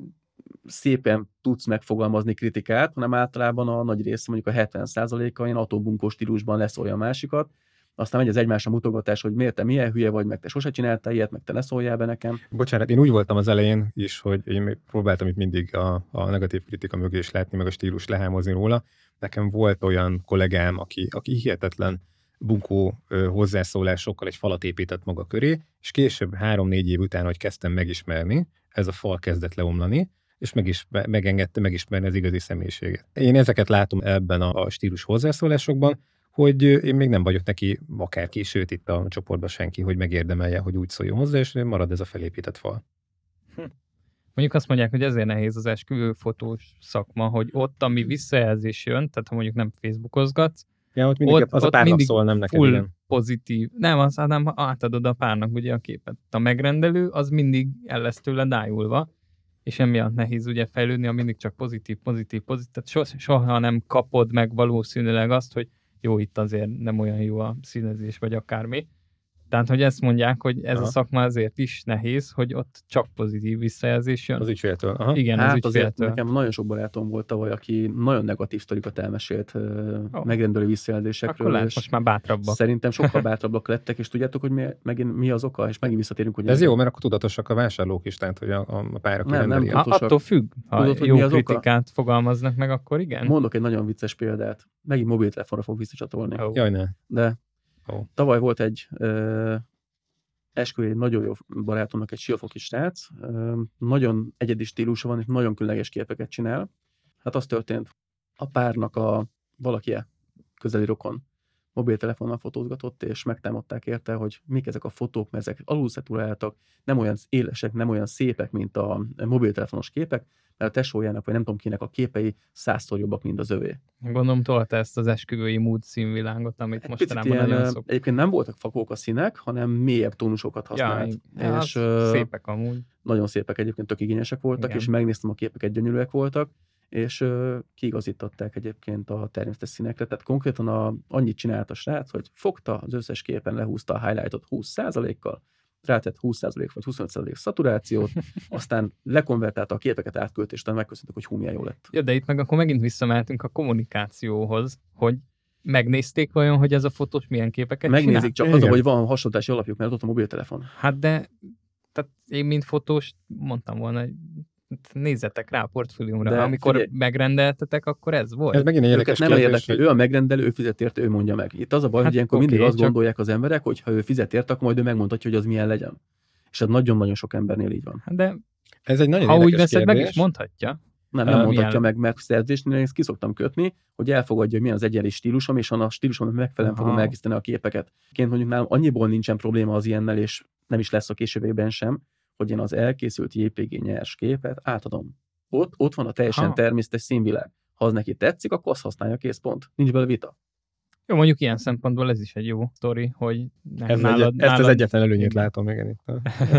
szépen tudsz megfogalmazni kritikát, hanem általában a nagy része, mondjuk a hetven százaléka ilyen atombunkó stílusban leszólja a másikat, aztán megy az egymásra mutogatás, hogy miért te milyen hülye vagy, meg te sose csináltál ilyet, meg te ne szóljál be nekem. Bocsánat, én úgy voltam az elején is, hogy én próbáltam itt mindig a, a negatív kritika mögé is látni, meg a stílus lehámozni róla. Nekem volt olyan kollégám, aki, aki hihetetlen bunkó ö, hozzászólásokkal egy falat épített maga köré, és később három-négy év után, hogy kezdtem megismerni, ez a fal kezdett leomlani, és megis, megengedte megismerni az igazi személyiséget. Én ezeket látom ebben a, a stílus hozzászólásokban, hogy én még nem vagyok neki akárki, sőt itt a csoportban senki, hogy megérdemelje, hogy úgy szóljon hozzá, és marad ez a felépített fal. Hm. Mondjuk azt mondják, hogy ezért nehéz az esküvőfotós szakma, hogy ott, ami visszajelzés jön, tehát ha mondjuk nem Facebookozgatsz, ja, ott mindig, ott, az ott a párnak szól, nem neked, igen. Pozitív. Nem, az, hanem átadod a párnak ugye a képet. A megrendelő az mindig el lesz tőle dájulva, és emiatt nehéz ugye fejlődni, ha mindig csak pozitív, pozitív, pozitív. Tehát so, soha nem kapod meg valószínűleg azt, hogy jó, itt azért nem olyan jó a színezés, vagy akármi. Tehát, hogy ezt mondják, hogy ez aha. a szakma azért is nehéz, hogy ott csak pozitív visszajelzés jön. Az ügyféltől. Aha. Igen, hát az ügyféltől. Nekem nagyon sok barátom volt tavaly, aki nagyon negatív sztorikat elmesélt oh. megrendelő visszajelzésekről. Akkor lehet, most már bátrabbak. Szerintem sokkal bátrabbak lettek, és tudjátok, hogy mi, megint mi az oka, és megint visszatérünk, hogy... Ez, ez jó, mert akkor tudatosak a vásárlók is, tehát, hogy a, a pár, aki nem, nem ha, attól függ, ha tudod, hogy jó mi az kritikát oka? Fogalmaznak meg, akkor igen. Mondok egy nagyon vicces példát. Megint mobiltelefonra fog visszacsatolni. Oh. Jaj, ne. De oh. tavaly volt egy... Ö, esküvő egy nagyon jó barátomnak, egy siófoki srác, nagyon egyedi stílusa van, és nagyon különleges képeket csinál. Hát az történt, a párnak a valaki közeli rokon mobiltelefonnal fotózgatott, és megtámadták érte, hogy mik ezek a fotók, mert ezek alulszaturáltak, nem olyan élesek, nem olyan szépek, mint a mobiltelefonos képek, mert a tesójának, vagy nem tudom kinek a képei százszor jobbak, mint az övé. Gondolom tolta ezt az esküvői mód színvilágot, amit mostanában nagyon szok. Egyébként nem voltak fakók a színek, hanem mélyebb tónusokat használt. Ja, és uh, szépek amúgy. Nagyon szépek egyébként, tök igényesek voltak, igen. És megnéztem a képeket, gyönyörűek voltak, és uh, kiigazították egyébként a természetes színekre. Tehát konkrétan a, annyit csinált a srác, hogy fogta az összes képen, lehúzta a highlightot húsz százalékkal, rátett húsz százalék vagy huszonöt százalék szaturációt, aztán lekonvertálta a képeket, átkölt, és utána megköszöntük, hogy hú, milyen jó lett. Ja, de itt meg akkor megint visszamehetünk a kommunikációhoz, hogy megnézték vajon, hogy ez a fotós milyen képeket Megnézik, csinál? csak az, hogy van hasonlítási alapjuk, mert ott a mobiltelefon. Hát de, tehát én mint fotós mondtam volna, hogy nézzetek rá a portfóliumra. De amikor figyelj, megrendeltetek, akkor ez volt. Ez megint egy érdekes nem érdekes, hogy ő a megrendelő, ő fizet érte, ő mondja meg. Itt az a baj, hát hogy ilyenkor okay, mindig azt csak... gondolják az emberek, hogy ha ő fizet érte, akkor majd ő megmondhatja, hogy az milyen legyen. És ez nagyon-nagyon sok embernél így van. De ez egy nagyon ha érdekes úgy veszed, kérdés. meg is mondhatja. Nem, nem uh, mondhatja milyen... meg, mert szerzésnél ezt ki szoktam kötni, hogy elfogadja, hogy milyen az egyenlő stílusom, és a stílusomnak megfelelően fogom elkészíteni a képeket. Ként mondjuk nálam annyiból nincsen probléma az ilyennel, és nem is lesz a későbbiekben sem, hogy én az elkészült jé pé gé nyers képet átadom. Ott, ott van a teljesen ha. természetes színvilág. Ha az neki tetszik, akkor azt használja, kész pont. Nincs bele vita. Jó, mondjuk ilyen szempontból ez is egy jó sztori, hogy ez nálad, egy, nálad... Ezt az egyetlen előnyét látom még itt.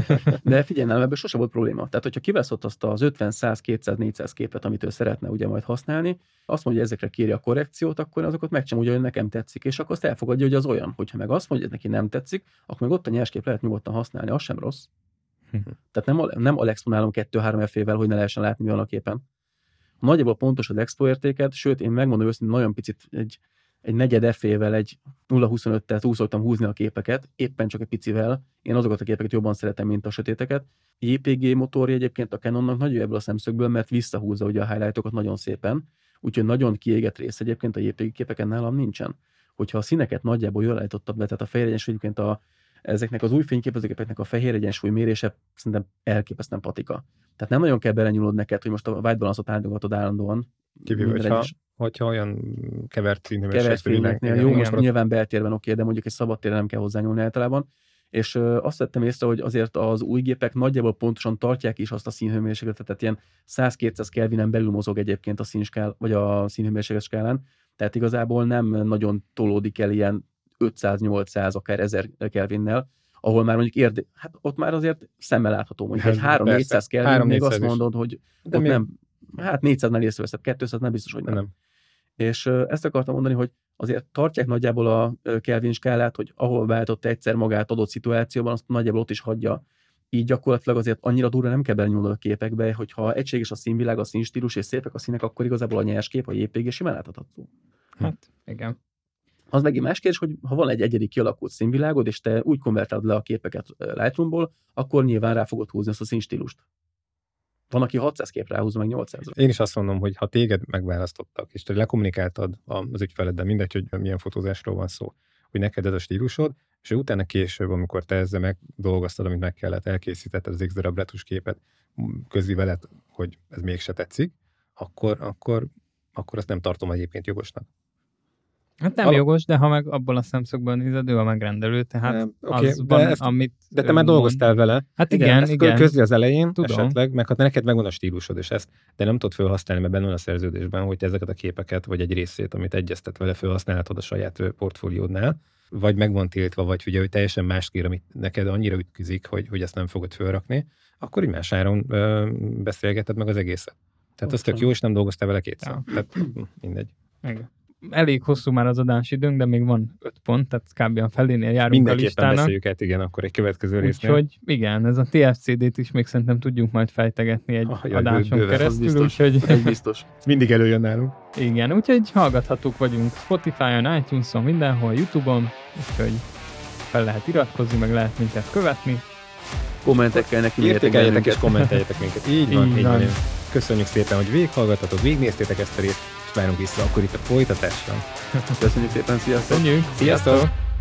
De figyelj, nálam ebből sose volt probléma. Tehát, hogyha kivesz ott azt az ötven, száz, kétszáz, négyszáz képet, amit ő szeretne ugye majd használni, azt mondja, hogy ezekre kéri a korrekciót, akkor azokat megcsinálja, hogy nekem tetszik, és akkor azt elfogadja, hogy az olyan. Hogyha meg azt mondja, hogy neki nem tetszik, akkor meg ott a nyerskép lehet nyugodtan használni, az sem rossz. Tehát nem, nem alexponálom kettő-három ef ével, hogy ne lehessen látni, mi van a képen. Nagyjából pontos az expo értéket, sőt, én megmondom őszintén, nagyon picit egy, egy negyed ef ével, egy nulla huszonöttel túl szoktam húzni a képeket, éppen csak egy picivel. Én azokat a képeket jobban szeretem, mint a sötéteket. jé pé gé motorja egyébként a Canonnak nagyon ebből a szemszögből, mert visszahúzza ugye a highlightokat nagyon szépen, úgyhogy nagyon kiégett rész egyébként a jé pé gé képeken nálam nincsen. Hogyha a színeket nagyjából jól állítottad be, tehát a fehér egyensúly egyébként a, ezeknek az új fényképezőgépeknek a fehér egyensúly mérése szerintem elképesztően patika. Tehát nem nagyon kell belenyúlod neked, hogy most a white balance-ot állítgatod állandóan. Kivéve, hogyha, egyes... hogyha olyan kevert színhőmérsékletű. Kevert fényeknél, jó, most nyilván beltérben oké, de mondjuk egy szabad téren nem kell hozzányúlni általában. És ö, azt vettem észre, hogy azért az új gépek nagyjából pontosan tartják is azt a színhőmérsékletet, tehát ilyen száz-kétszáz Kelvinen belül mozog egyébként a színskál, vagy a színhőmérséklet skálán, tehát igazából nem nagyon tolódik el ilyen ötszáz-nyolcszáz, akár ezer Kelvinnel, ahol már mondjuk érde, hát ott már azért szemmel látható, mondjuk hát, egy három-négyszáz Kelvin, még azt mondod, hogy de ott még... nem, hát négyszáznál észreveszed, kétszáz nem biztos, hogy nem. nem. És ö, ezt akartam mondani, hogy azért tartják nagyjából a Kelvin skálát, hogy ahol beállította egyszer magát adott szituációban, azt nagyjából ott is hagyja. Így gyakorlatilag azért annyira durva nem kell belenyúlni a képekbe, hogyha egységes a színvilág, a színstílus és szépek a színek, akkor igazából a nyers kép, a jé pé gé simán látható. Hát, igen. Az megint más kérdés, hogy ha van egy egyedi kialakult színvilágod, és te úgy konvertálod le a képeket Lightroomból, akkor nyilván rá fogod húzni azt a színstílust. Van, aki hatszáz képre ráhúzza, meg nyolcszázra. Én is azt mondom, hogy ha téged megválasztottak, és te lekommunikáltad az ügyfeleddel, mindegy, hogy milyen fotózásról van szó, hogy neked ez a stílusod, és utána később, amikor te ezzel megdolgoztad, amit meg kellett, elkészítetted az X darab retusképet, közli veled, hogy ez mégse tetszik, akkor, akkor, akkor azt nem tartom egyébként jogosnak. Hát nem Alap... jogos, de ha meg abból a szemszögből nézed, ő a megrendelő, tehát e, okay, az van, ezt, amit... De te már dolgoztál vele. Hát igen, igen. Ezt igen. közli az elején Tudom. Esetleg, meg hát neked megvan a stílusod, és ezt, de nem tudod felhasználni, mert benne van a szerződésben, hogy te ezeket a képeket, vagy egy részét, amit egyeztet vele, felhasználhatod a saját portfóliódnál, vagy meg van tiltva, vagy ugye, hogy teljesen más kér, amit neked annyira ütközik, hogy, hogy ezt nem fogod felrakni, akkor más áron ö, beszélgeted meg az egészet. Tehát az tök jó, és nem dolgoztál vele kétszer. Ja. Tehát mindegy. Igen. Elég hosszú már az adásidőnk, de még van öt pont, tehát kb. A felénél járunk a listának. Mindenképpen beszéljük át, igen, akkor egy következő résznél. Úgyhogy igen, ez a té ef cé dét is még szerintem tudjunk majd fejtegetni egy oh, adáson bőven, keresztül. Úgyhogy... Ez biztos. Mindig előjön nálunk. Igen, úgyhogy hallgathatók vagyunk Spotify-on, iTunes-on, mindenhol, YouTube-on, úgyhogy fel lehet iratkozni, meg lehet minket követni. Kommentekkel neki értékeljetek és kommenteljetek minket. Így van, így, így van. van. Köszönjük szépen, hogy végighallgattatok, végignéztétek ezt a részt, és várunk vissza akkor itt a folytatásra. Köszönjük szépen, sziasztok! Köszönjük! Sziasztok!